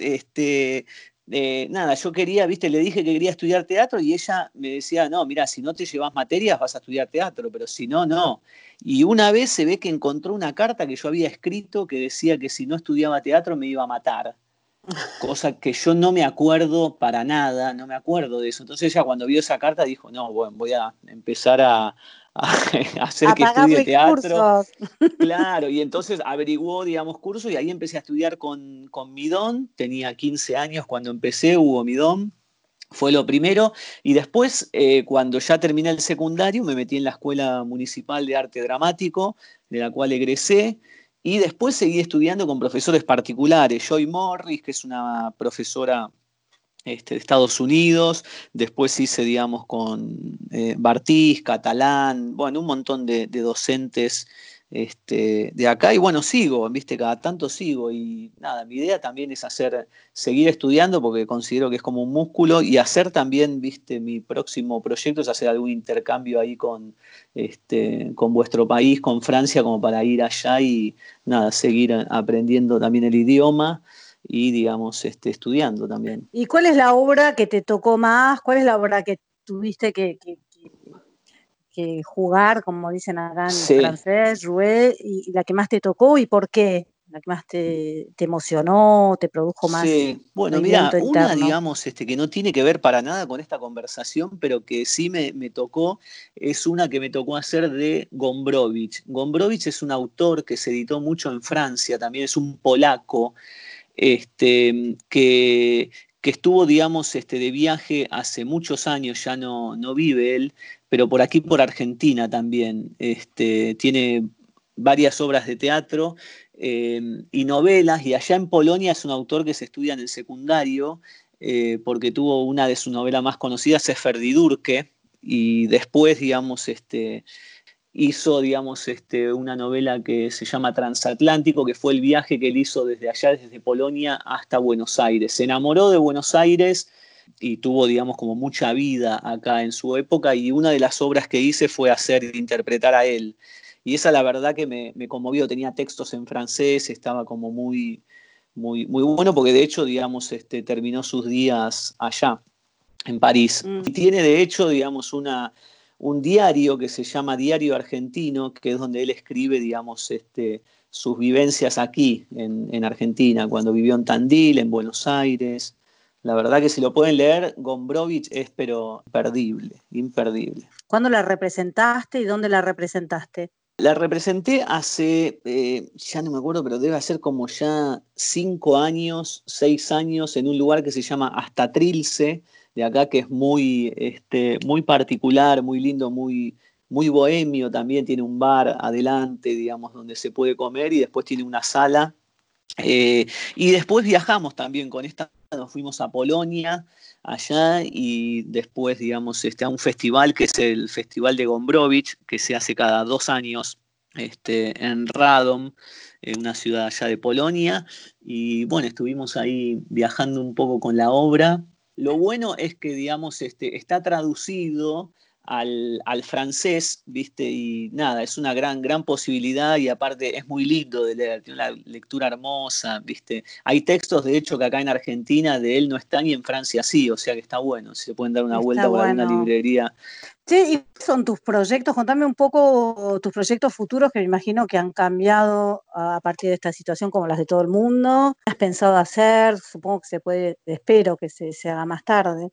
este, eh, nada, yo quería, viste, le dije que quería estudiar teatro y ella me decía, no, mira, si no te llevas materias vas a estudiar teatro, pero si no, no. Y una vez se ve que encontró una carta que yo había escrito que decía que si no estudiaba teatro me iba a matar. Cosa que yo no me acuerdo para nada, no me acuerdo de eso. Entonces ella cuando vio esa carta dijo, no, bueno, voy a empezar a, a, a hacer A que estudie pagarle teatro. cursos. Claro, y entonces averiguó, digamos, cursos y ahí empecé a estudiar con, con Midón. Tenía quince años cuando empecé, Hugo Midón. Fue lo primero. Y después, eh, cuando ya terminé el secundario, me metí en la Escuela Municipal de Arte Dramático, de la cual egresé. Y después seguí estudiando con profesores particulares. Joy Morris, que es una profesora este, de Estados Unidos. Después hice, digamos, con eh, Bartiz, Catalán, bueno, un montón de, de docentes este, de acá. Y bueno, sigo, viste, cada tanto sigo. Y nada, mi idea también es hacer, seguir estudiando porque considero que es como un músculo y hacer también, viste, mi próximo proyecto es hacer algún intercambio ahí con, este, con vuestro país, con Francia, como para ir allá y nada, seguir aprendiendo también el idioma y, digamos, este, estudiando también. ¿Y cuál es la obra que te tocó más? ¿Cuál es la obra que tuviste que, que, que, que jugar, como dicen acá en Sí. francés, jouer, y, y la que más te tocó y por qué? ¿La que más te, te emocionó, te produjo más Sí, bueno, movimiento mira, una, interno? digamos, este, que no tiene que ver para nada con esta conversación, pero que sí me, me tocó, es una que me tocó hacer de Gombrowicz. Gombrowicz es un autor que se editó mucho en Francia, también es un polaco, este, que, que estuvo, digamos, este, de viaje hace muchos años, ya no, no vive él, pero por aquí, por Argentina también. Este, tiene varias obras de teatro eh, y novelas, y allá en Polonia es un autor que se estudia en el secundario, eh, porque tuvo una de sus novelas más conocidas, Seferdidurke, y después, digamos, este, hizo, digamos, este, una novela que se llama Transatlántico, que fue el viaje que él hizo desde allá, desde Polonia hasta Buenos Aires. Se enamoró de Buenos Aires y tuvo, digamos, como mucha vida acá en su época, y una de las obras que hice fue hacer interpretar a él. Y esa la verdad que me, me conmovió, tenía textos en francés, estaba como muy, muy, muy bueno, porque de hecho, digamos, este, terminó sus días allá, en París. Mm. Y tiene de hecho, digamos, una, un diario que se llama Diario Argentino, que es donde él escribe, digamos, este, sus vivencias aquí en, en Argentina, cuando vivió en Tandil, en Buenos Aires. La verdad que si lo pueden leer, Gombrowicz es pero imperdible, imperdible. ¿Cuándo la representaste y dónde la representaste? La representé hace, eh, ya no me acuerdo, pero debe ser como ya cinco años, seis años, en un lugar que se llama Hasta Trilce, de acá, que es muy, este, muy particular, muy lindo, muy, muy bohemio. También tiene un bar adelante, digamos, donde se puede comer, y después tiene una sala. Eh, y después viajamos también con esta, nos fuimos a Polonia, allá, y después, digamos, este, a un festival que es el Festival de Gombrowicz, que se hace cada dos años este, en Radom, en una ciudad allá de Polonia, y bueno, estuvimos ahí viajando un poco con la obra. Lo bueno es que, digamos, este, está traducido al, al francés, ¿viste? Y nada, es una gran, gran posibilidad, y aparte es muy lindo de leer, tiene una lectura hermosa, ¿viste? Hay textos, de hecho, que acá en Argentina de él no están y en Francia sí, o sea que está bueno, si se pueden dar una Está vuelta por alguna bueno. librería. Sí, ¿y cuáles son tus proyectos? Contame un poco tus proyectos futuros, que me imagino que han cambiado a partir de esta situación como las de todo el mundo. ¿Qué has pensado hacer? Supongo que se puede, espero que se, se haga más tarde.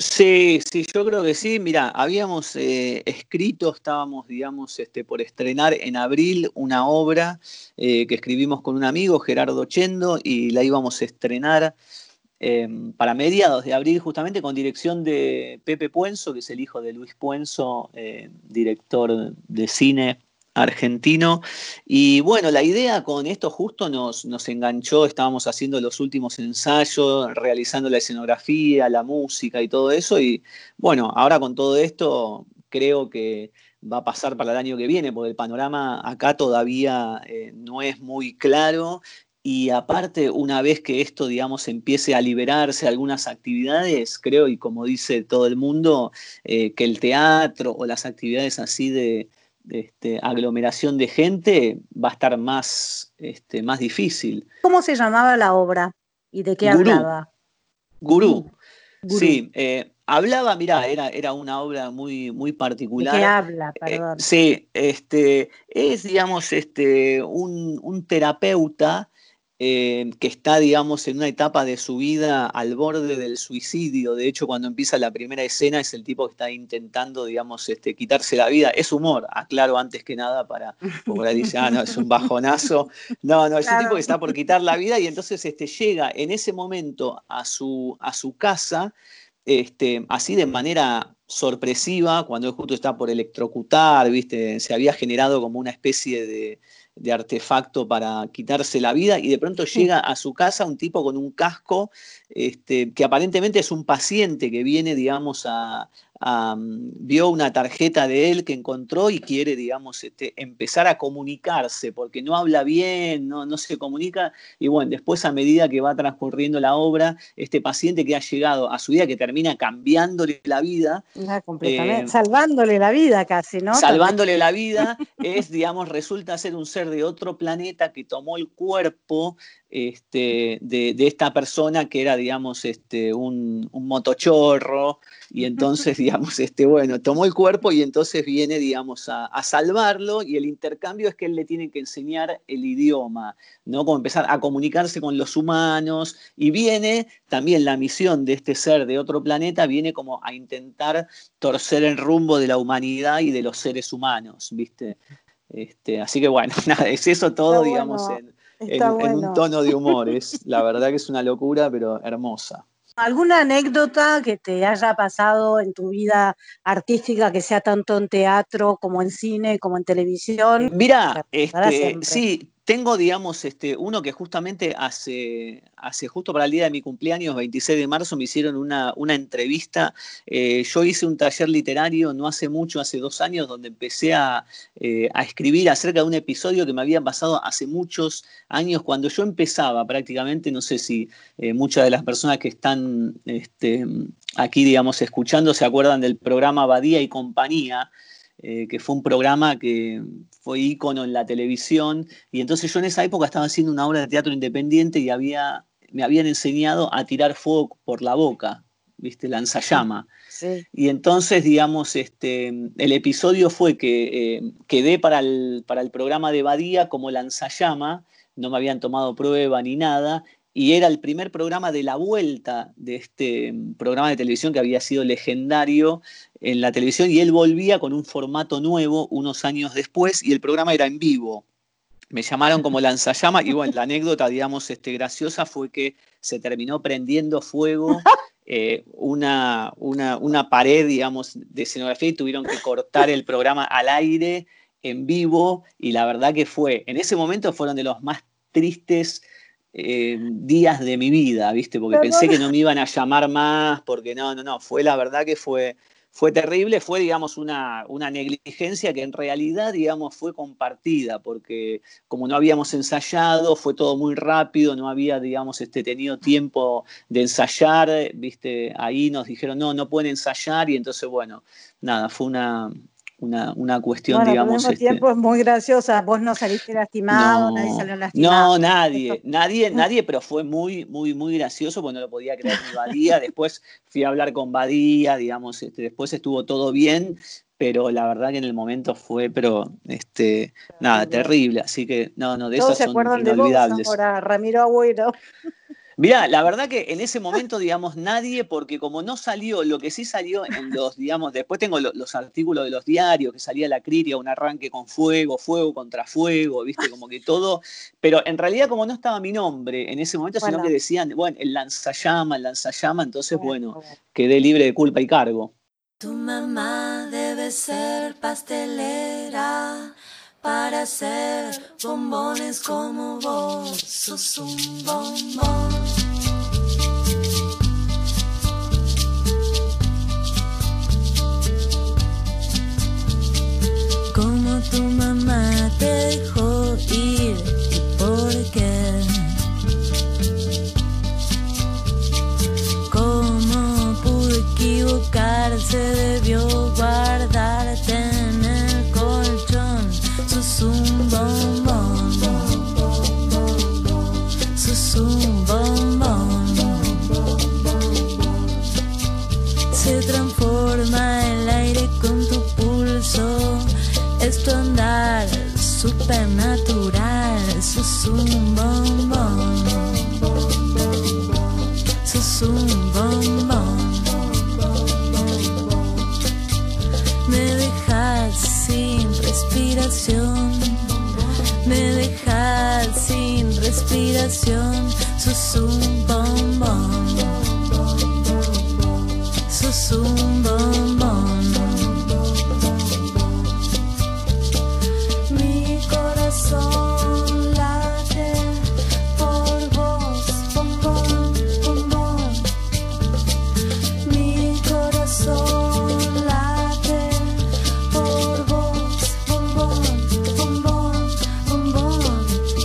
Sí, sí, yo creo que sí. Mirá, habíamos eh, escrito, estábamos, digamos, este, por estrenar en abril una obra eh, que escribimos con un amigo, Gerardo Chendo, y la íbamos a estrenar eh, para mediados de abril, justamente con dirección de Pepe Puenzo, que es el hijo de Luis Puenzo, eh, director de cine argentino. Y bueno, la idea con esto justo nos, nos enganchó, estábamos haciendo los últimos ensayos, realizando la escenografía, la música y todo eso, y bueno, ahora con todo esto creo que va a pasar para el año que viene, porque el panorama acá todavía eh, no es muy claro. Y aparte, una vez que esto, digamos, empiece a liberarse algunas actividades, creo, y como dice todo el mundo, eh, que el teatro o las actividades así de, de este, aglomeración de gente va a estar más, este, más difícil. ¿Cómo se llamaba la obra y de qué Gurú, hablaba? Gurú. Gurú. Sí, eh, hablaba, mirá, era, era una obra muy, muy ¿De qué particular. habla? Eh, Perdón. sí, este, es, digamos, este, un, un terapeuta eh, que está, digamos, en una etapa de su vida al borde del suicidio. De hecho, cuando empieza la primera escena es el tipo que está intentando, digamos, este, quitarse la vida. Es humor, aclaro antes que nada, para, porque ahora dice, ah, no, es un bajonazo. No, no, es un tipo Claro. que está por quitar la vida, y entonces este, llega en ese momento a su, a su casa, este, así de manera sorpresiva, cuando él justo está por electrocutar, ¿viste? Se había generado como una especie de, de artefacto para quitarse la vida, y de pronto llega a su casa un tipo con un casco, este, que aparentemente es un paciente que viene, digamos, a, a, vio una tarjeta de él que encontró y quiere, digamos, este, empezar a comunicarse, porque no habla bien, no, no se comunica. Y bueno, después, a medida que va transcurriendo la obra, este paciente que ha llegado a su vida, que termina cambiándole la vida, Ah, completamente. eh, Salvándole la vida casi, ¿no? salvándole la vida, es, digamos, resulta ser un ser de otro planeta que tomó el cuerpo este, de, de esta persona que era, digamos, este, un, un motochorro, y entonces, digamos, este, bueno, tomó el cuerpo y entonces viene, digamos, a, a salvarlo, y el intercambio es que él le tiene que enseñar el idioma, ¿no? Como empezar a comunicarse con los humanos, y viene también la misión de este ser de otro planeta, viene como a intentar torcer el rumbo de la humanidad y de los seres humanos, ¿viste? Este, así que bueno, nada, es eso todo, Está digamos, bueno, en, está en, en un bueno. tono de humor. Es, la verdad que es una locura, pero hermosa. ¿Alguna anécdota que te haya pasado en tu vida artística, que sea tanto en teatro como en cine, como en televisión? Mirá, Para este, siempre. sí, tengo, digamos, este, uno que justamente hace, hace justo para el día de mi cumpleaños, veintiséis de marzo, me hicieron una, una entrevista. Eh, yo hice un taller literario no hace mucho, hace dos años, donde empecé a, eh, a escribir acerca de un episodio que me había pasado hace muchos años, cuando yo empezaba prácticamente. No sé si eh, muchas de las personas que están este, aquí, digamos, escuchando, se acuerdan del programa Badía y Compañía, Eh, que fue un programa que fue ícono en la televisión, y entonces yo en esa época estaba haciendo una obra de teatro independiente, y había, me habían enseñado a tirar fuego por la boca, ¿viste? Lanzallama. Sí. Y entonces, digamos, este, el episodio fue que eh, quedé para el, para el programa de Badía como lanzallama, no me habían tomado prueba ni nada, y era el primer programa de la vuelta de este programa de televisión que había sido legendario en la televisión, y él volvía con un formato nuevo unos años después, y el programa era en vivo. Me llamaron como lanzallamas, y bueno, la anécdota, digamos, este, graciosa fue que se terminó prendiendo fuego eh, una, una, una pared, digamos, de escenografía, y tuvieron que cortar el programa al aire, en vivo, y la verdad que fue, en ese momento fueron de los más tristes eh, días de mi vida, ¿viste? Porque Pero pensé no, que no me iban a llamar más, porque no, no, no, fue la verdad que fue... Fue terrible, fue, digamos, una, una negligencia que en realidad, digamos, fue compartida, porque como no habíamos ensayado, fue todo muy rápido, no había, digamos, este, tenido tiempo de ensayar, ¿viste? Ahí nos dijeron, no, no pueden ensayar, y entonces, bueno, nada, fue una, una, una cuestión, Bueno, pero al digamos, mismo este, tiempo es muy graciosa. Vos no saliste lastimado, nadie no, salió lastimado. no, Esto- nadie, nadie, nadie, pero fue muy, muy, muy gracioso porque no lo podía creer ni Badía. Después fui a hablar con Badía, digamos, este, después estuvo todo bien, pero la verdad que en el momento fue, pero, este, nada, Terrible. terrible. Así que, no, no, de Todos esas se son acuerdan de vos inolvidables. ahora, Ramiro Agüero. Mirá, la verdad que en ese momento, digamos, nadie, porque como no salió, lo que sí salió en los, digamos, después tengo lo- los artículos de los diarios, que salía la crítica, un arranque con fuego, fuego contra fuego, viste, como que todo, pero en realidad como no estaba mi nombre en ese momento, sino que Bueno, decían, bueno, el lanzallama, el lanzallama, entonces, bueno, bueno, bueno. quedé libre de culpa y cargo. Tu mamá debe ser pastelera para hacer bombones como vos. Sos un bombón. Como tu mamá te dejó ir y por qué. Cómo pudo equivocarse, debió guardarte en el colchón. Sos un bombón, sos un bombón. Se transforma el aire con tu pulso. Es tu andar supernatural. Sos un bombón, sos un bombón. Me dejas sin respiración, me dejas sin respiración. Sos un bombón, sos un bombón. Mi corazón late por vos, bombón, bombón. Mi corazón late por vos, bombón, bombón, bombón.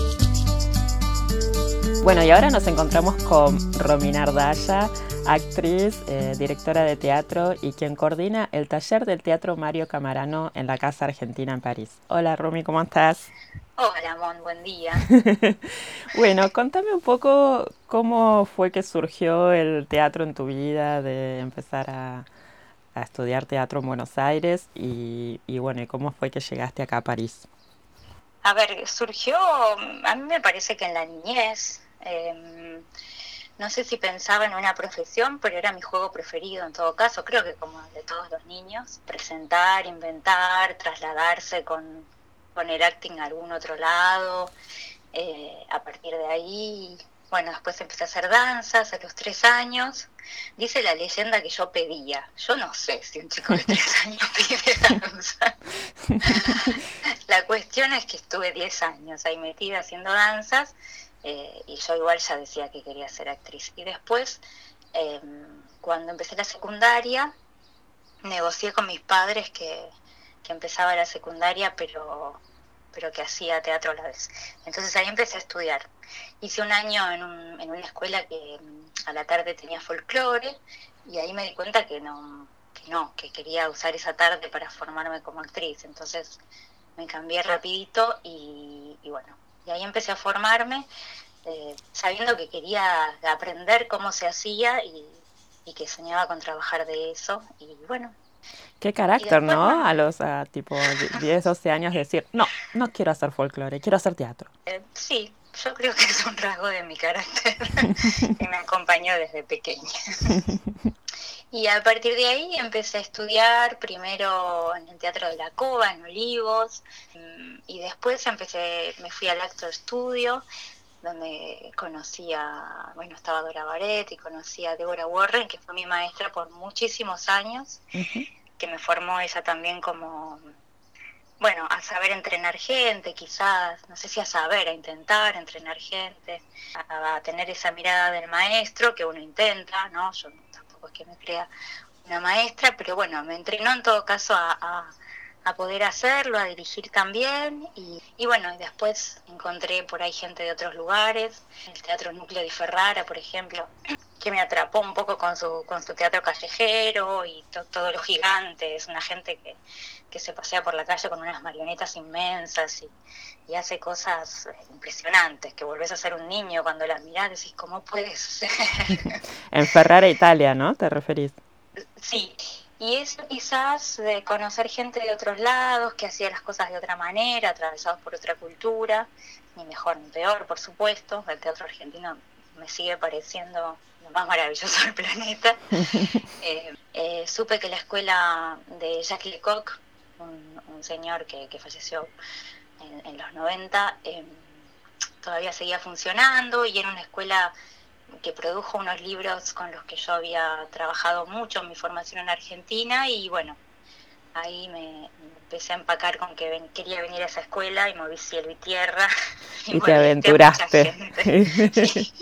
Bueno, y ahora nos encontramos con Romina Ardaya, actriz, eh, directora de teatro y quien coordina el taller del Teatro Mario Camarano en la Casa Argentina en París. Hola Romy, ¿cómo estás? Hola, Mon, buen día. Bueno, contame un poco cómo fue que surgió el teatro en tu vida, de empezar a, a estudiar teatro en Buenos Aires y, y bueno, y cómo fue que llegaste acá a París. A ver, surgió, a mí me parece que en la niñez, eh, no sé si pensaba en una profesión, pero era mi juego preferido en todo caso, creo que como de todos los niños, presentar, inventar, trasladarse con, con el acting a algún otro lado, eh, a partir de ahí, bueno, después empecé a hacer danzas a los tres años, dice la leyenda que yo pedía, yo no sé si un chico de tres años pide danza. La cuestión es que estuve diez años ahí metida haciendo danzas, Eh, y yo igual ya decía que quería ser actriz. Y después, eh, cuando empecé la secundaria, negocié con mis padres que, que empezaba la secundaria, pero, pero que hacía teatro a la vez. Entonces ahí empecé a estudiar. Hice un año en, un, en una escuela que a la tarde tenía folclore, y ahí me di cuenta que no, que no, que quería usar esa tarde para formarme como actriz. Entonces me cambié rapidito y, y bueno, y ahí empecé a formarme, eh, sabiendo que quería aprender cómo se hacía y, y que soñaba con trabajar de eso. Y bueno. Qué carácter, después, ¿no? bueno, A los a, tipo diez, doce años decir, no, no quiero hacer folclore, quiero hacer teatro. Eh, sí, yo creo que es un rasgo de mi carácter que me acompañó desde pequeña. Y a partir de ahí empecé a estudiar primero en el Teatro de la Cova, en Olivos, y después empecé, me fui al Acto Estudio, donde conocí a, bueno, estaba Dora Baret y conocí a Deborah Warren, que fue mi maestra por muchísimos años, uh-huh. que me formó ella también como, bueno, a saber entrenar gente, quizás, no sé si a saber, a intentar entrenar gente, a, a tener esa mirada del maestro que uno intenta, ¿no? Yo tampoco es que me crea una maestra, pero bueno, me entrenó en todo caso a, a, a poder hacerlo, a dirigir también, y, y bueno, y después encontré por ahí gente de otros lugares, el Teatro Núcleo de Ferrara, por ejemplo, que me atrapó un poco con su con su teatro callejero y to, todo lo gigante, es una gente que, que se pasea por la calle con unas marionetas inmensas y, y hace cosas impresionantes, que volvés a ser un niño cuando las mirás, decís, ¿cómo puede ser? En Ferrara, Italia, ¿no? ¿Te referís? Sí, y eso quizás de conocer gente de otros lados, que hacía las cosas de otra manera, atravesados por otra cultura, ni mejor ni peor, por supuesto, el teatro argentino me sigue pareciendo lo más maravilloso del planeta. eh, eh, supe que la escuela de Jacques Lecoq, un, un señor que, que falleció en, en los noventa, eh, todavía seguía funcionando y era una escuela que produjo unos libros con los que yo había trabajado mucho en mi formación en Argentina y bueno, ahí me empecé a empacar con que ven, quería venir a esa escuela y moví cielo y tierra. Y, y te aventuraste. Sí.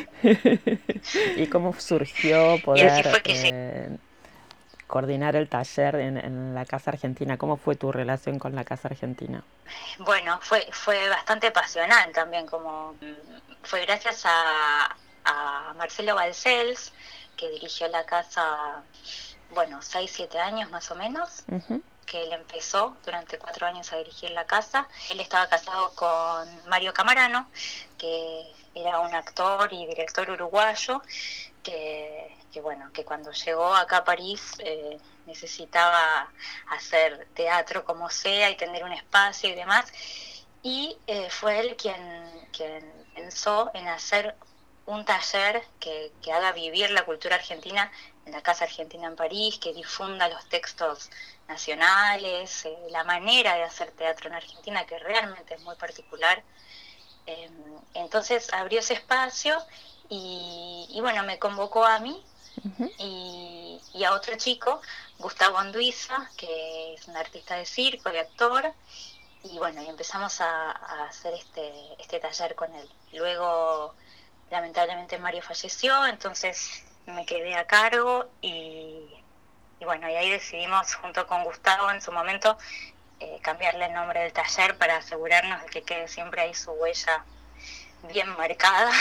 ¿Y cómo surgió poder eh, coordinar el taller en, en la Casa Argentina? ¿Cómo fue tu relación con la Casa Argentina? Bueno, fue fue bastante pasional también, como fue gracias a, a Marcelo Balcells, que dirigió la casa, bueno, seis, siete años más o menos. Uh-huh. Que él empezó durante cuatro años a dirigir la casa. Él estaba casado con Mario Camarano, que era un actor y director uruguayo, que, que bueno, que cuando llegó acá a París eh, necesitaba hacer teatro como sea y tener un espacio y demás, y eh, fue él quien, quien pensó en hacer un taller que, que haga vivir la cultura argentina en la Casa Argentina en París, que difunda los textos nacionales, eh, la manera de hacer teatro en Argentina, que realmente es muy particular. Eh, entonces abrió ese espacio y, y bueno, me convocó a mí uh-huh. y, y a otro chico, Gustavo Anduiza, que es un artista de circo y actor, y bueno, y empezamos a, a hacer este, este taller con él. Luego, lamentablemente Mario falleció, entonces me quedé a cargo y, y bueno, y ahí decidimos junto con Gustavo en su momento eh, cambiarle el nombre del taller para asegurarnos de que quede siempre ahí su huella bien marcada,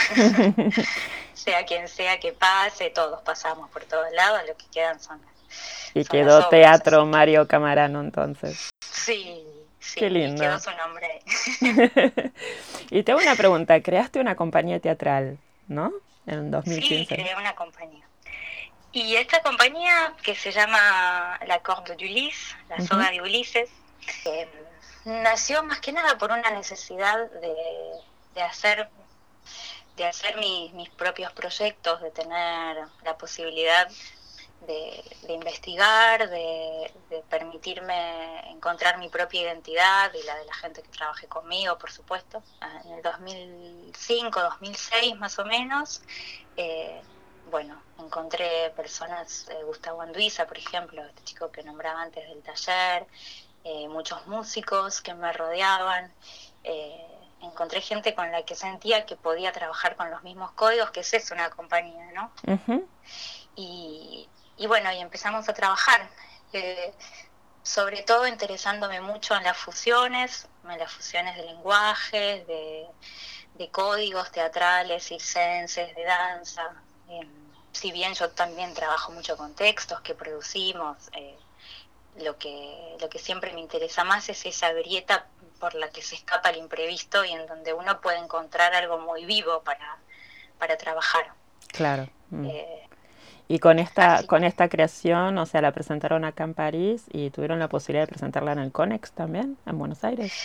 sea quien sea que pase, todos pasamos por todos lados, lo que quedan son... Y son quedó obras, Teatro Mario Camarano entonces. Sí, sí, qué lindo. Y quedó su nombre ahí. Y te hago una pregunta, creaste una compañía teatral, ¿no? En dos mil quince. Sí, creé una compañía. Y esta compañía, que se llama La Corde d'Ulysse, la uh-huh. soga de Ulises, eh, nació más que nada por una necesidad de, de hacer, de hacer mis, mis propios proyectos, de tener la posibilidad de, de investigar, de, de permitirme encontrar mi propia identidad y la de la gente que trabajé conmigo, por supuesto. En el dos mil cinco, dos mil seis más o menos, eh, bueno, encontré personas, eh, Gustavo Anduiza, por ejemplo, este chico que nombraba antes del taller, eh, muchos músicos que me rodeaban, eh, encontré gente con la que sentía que podía trabajar con los mismos códigos, que es eso, una compañía, ¿no? Uh-huh. Y, y bueno, y empezamos a trabajar, eh, sobre todo interesándome mucho en las fusiones, en las fusiones de lenguajes, de, de códigos teatrales, circenses, de danza. Eh, si bien yo también trabajo mucho con textos que producimos, eh, lo que lo que siempre me interesa más es esa grieta por la que se escapa el imprevisto y en donde uno puede encontrar algo muy vivo para, para trabajar. Claro. Mm. Eh, y con esta así. con esta creación, o sea, la presentaron acá en París y tuvieron la posibilidad de presentarla en el Conex también, en Buenos Aires.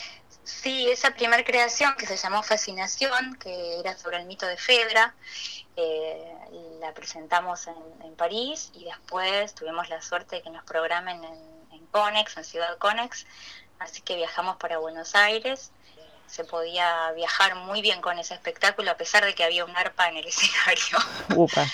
Sí, esa primera creación que se llamó Fascinación, que era sobre el mito de Fedra, eh, la presentamos en, en París y después tuvimos la suerte de que nos programen en, en Conex, en Ciudad Conex, así que viajamos para Buenos Aires. Se podía viajar muy bien con ese espectáculo a pesar de que había un arpa en el escenario. Upa.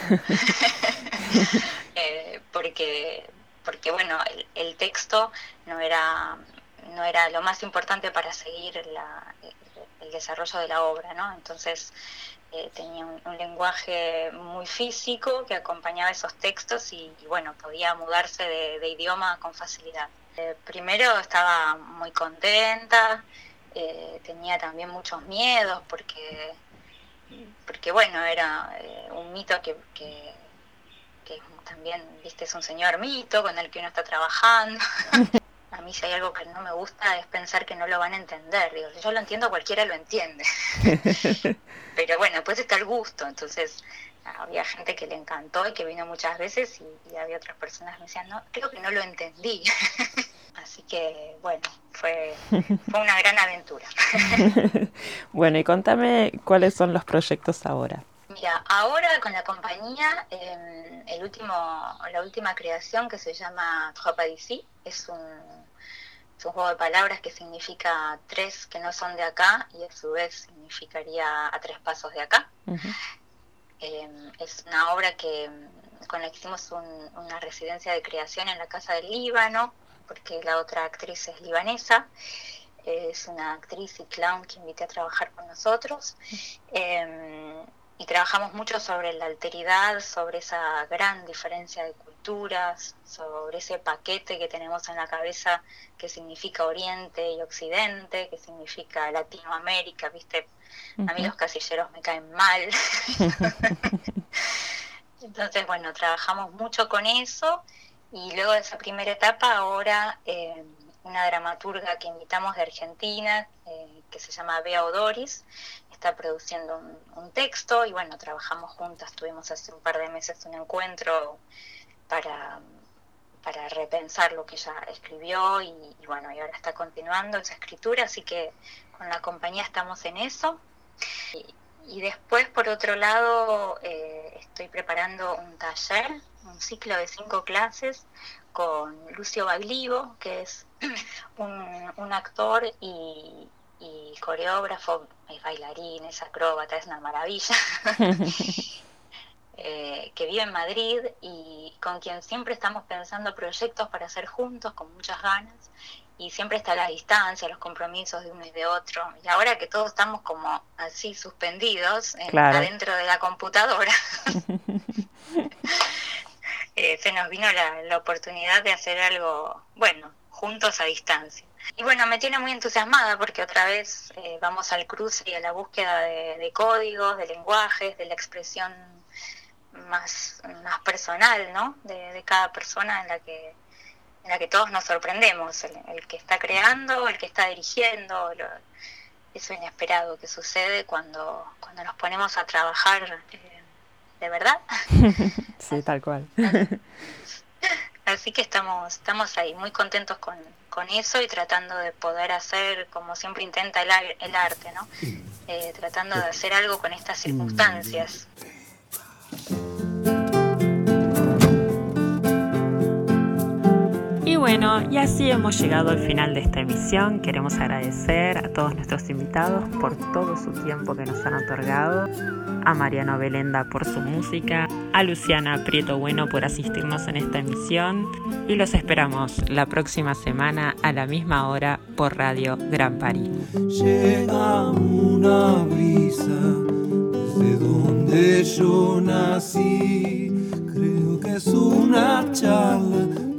eh, porque, porque bueno, el, el texto no era... no era lo más importante para seguir la, el, el desarrollo de la obra, ¿no? Entonces eh, tenía un, un lenguaje muy físico que acompañaba esos textos y, y bueno, podía mudarse de, de idioma con facilidad. Eh, primero estaba muy contenta, eh, tenía también muchos miedos porque, porque bueno, era eh, un mito que, que, que también, viste, es un señor mito con el que uno está trabajando. A mí si hay algo que no me gusta es pensar que no lo van a entender. Digo, si yo lo entiendo, cualquiera lo entiende. Pero bueno, después está el gusto. Entonces había gente que le encantó y que vino muchas veces y, y había otras personas que me decían, no, creo que no lo entendí. Así que bueno, fue, fue una gran aventura. Bueno, y contame cuáles son los proyectos ahora. Mira, ahora con la compañía, eh, el último, la última creación que se llama Trois pas d'ici, es un, es un juego de palabras que significa tres que no son de acá y a su vez significaría a tres pasos de acá. Uh-huh. Eh, es una obra que con la que hicimos un, una residencia de creación en la Casa del Líbano, porque la otra actriz es libanesa. Es una actriz y clown que invité a trabajar con nosotros. Eh, Y trabajamos mucho sobre la alteridad, sobre esa gran diferencia de culturas, sobre ese paquete que tenemos en la cabeza que significa Oriente y Occidente, que significa Latinoamérica, ¿viste? Uh-huh. A mí los casilleros me caen mal. Entonces, bueno, trabajamos mucho con eso y luego de esa primera etapa ahora eh, una dramaturga que invitamos de Argentina, eh, que se llama Bea Odoris, está produciendo un, un texto y bueno, trabajamos juntas, tuvimos hace un par de meses un encuentro para, para repensar lo que ella escribió y, y bueno, y ahora está continuando esa escritura, así que con la compañía estamos en eso. Y, y después, por otro lado, eh, estoy preparando un taller, un ciclo de cinco clases con Lucio Baglivo, que es un, un actor y, y coreógrafo, es bailarín, es acróbata, es una maravilla, eh, que vive en Madrid y con quien siempre estamos pensando proyectos para hacer juntos, con muchas ganas, y siempre está la distancia, los compromisos de uno y de otro, y ahora que todos estamos como así suspendidos en, claro. adentro de la computadora, eh, se nos vino la, la oportunidad de hacer algo, bueno, juntos a distancia. Y bueno, me tiene muy entusiasmada porque otra vez eh, vamos al cruce y a la búsqueda de, de códigos, de lenguajes, de la expresión más, más personal, ¿no? De, de cada persona en la que en la que todos nos sorprendemos, el, el que está creando, el que está dirigiendo, lo, eso inesperado que sucede cuando, cuando nos ponemos a trabajar eh, de verdad. Sí, tal cual. Así que estamos estamos ahí muy contentos con, con eso y tratando de poder hacer, como siempre intenta el, el arte, ¿no? Eh, tratando de hacer algo con estas circunstancias. Y bueno, y así hemos llegado al final de esta emisión. Queremos agradecer a todos nuestros invitados por todo su tiempo que nos han otorgado, a Mariano Belenda por su música, a Luciana Prieto Bueno por asistirnos en esta emisión y los esperamos la próxima semana a la misma hora por Radio Gran París. Llega una brisa desde donde yo nací, creo que es una charla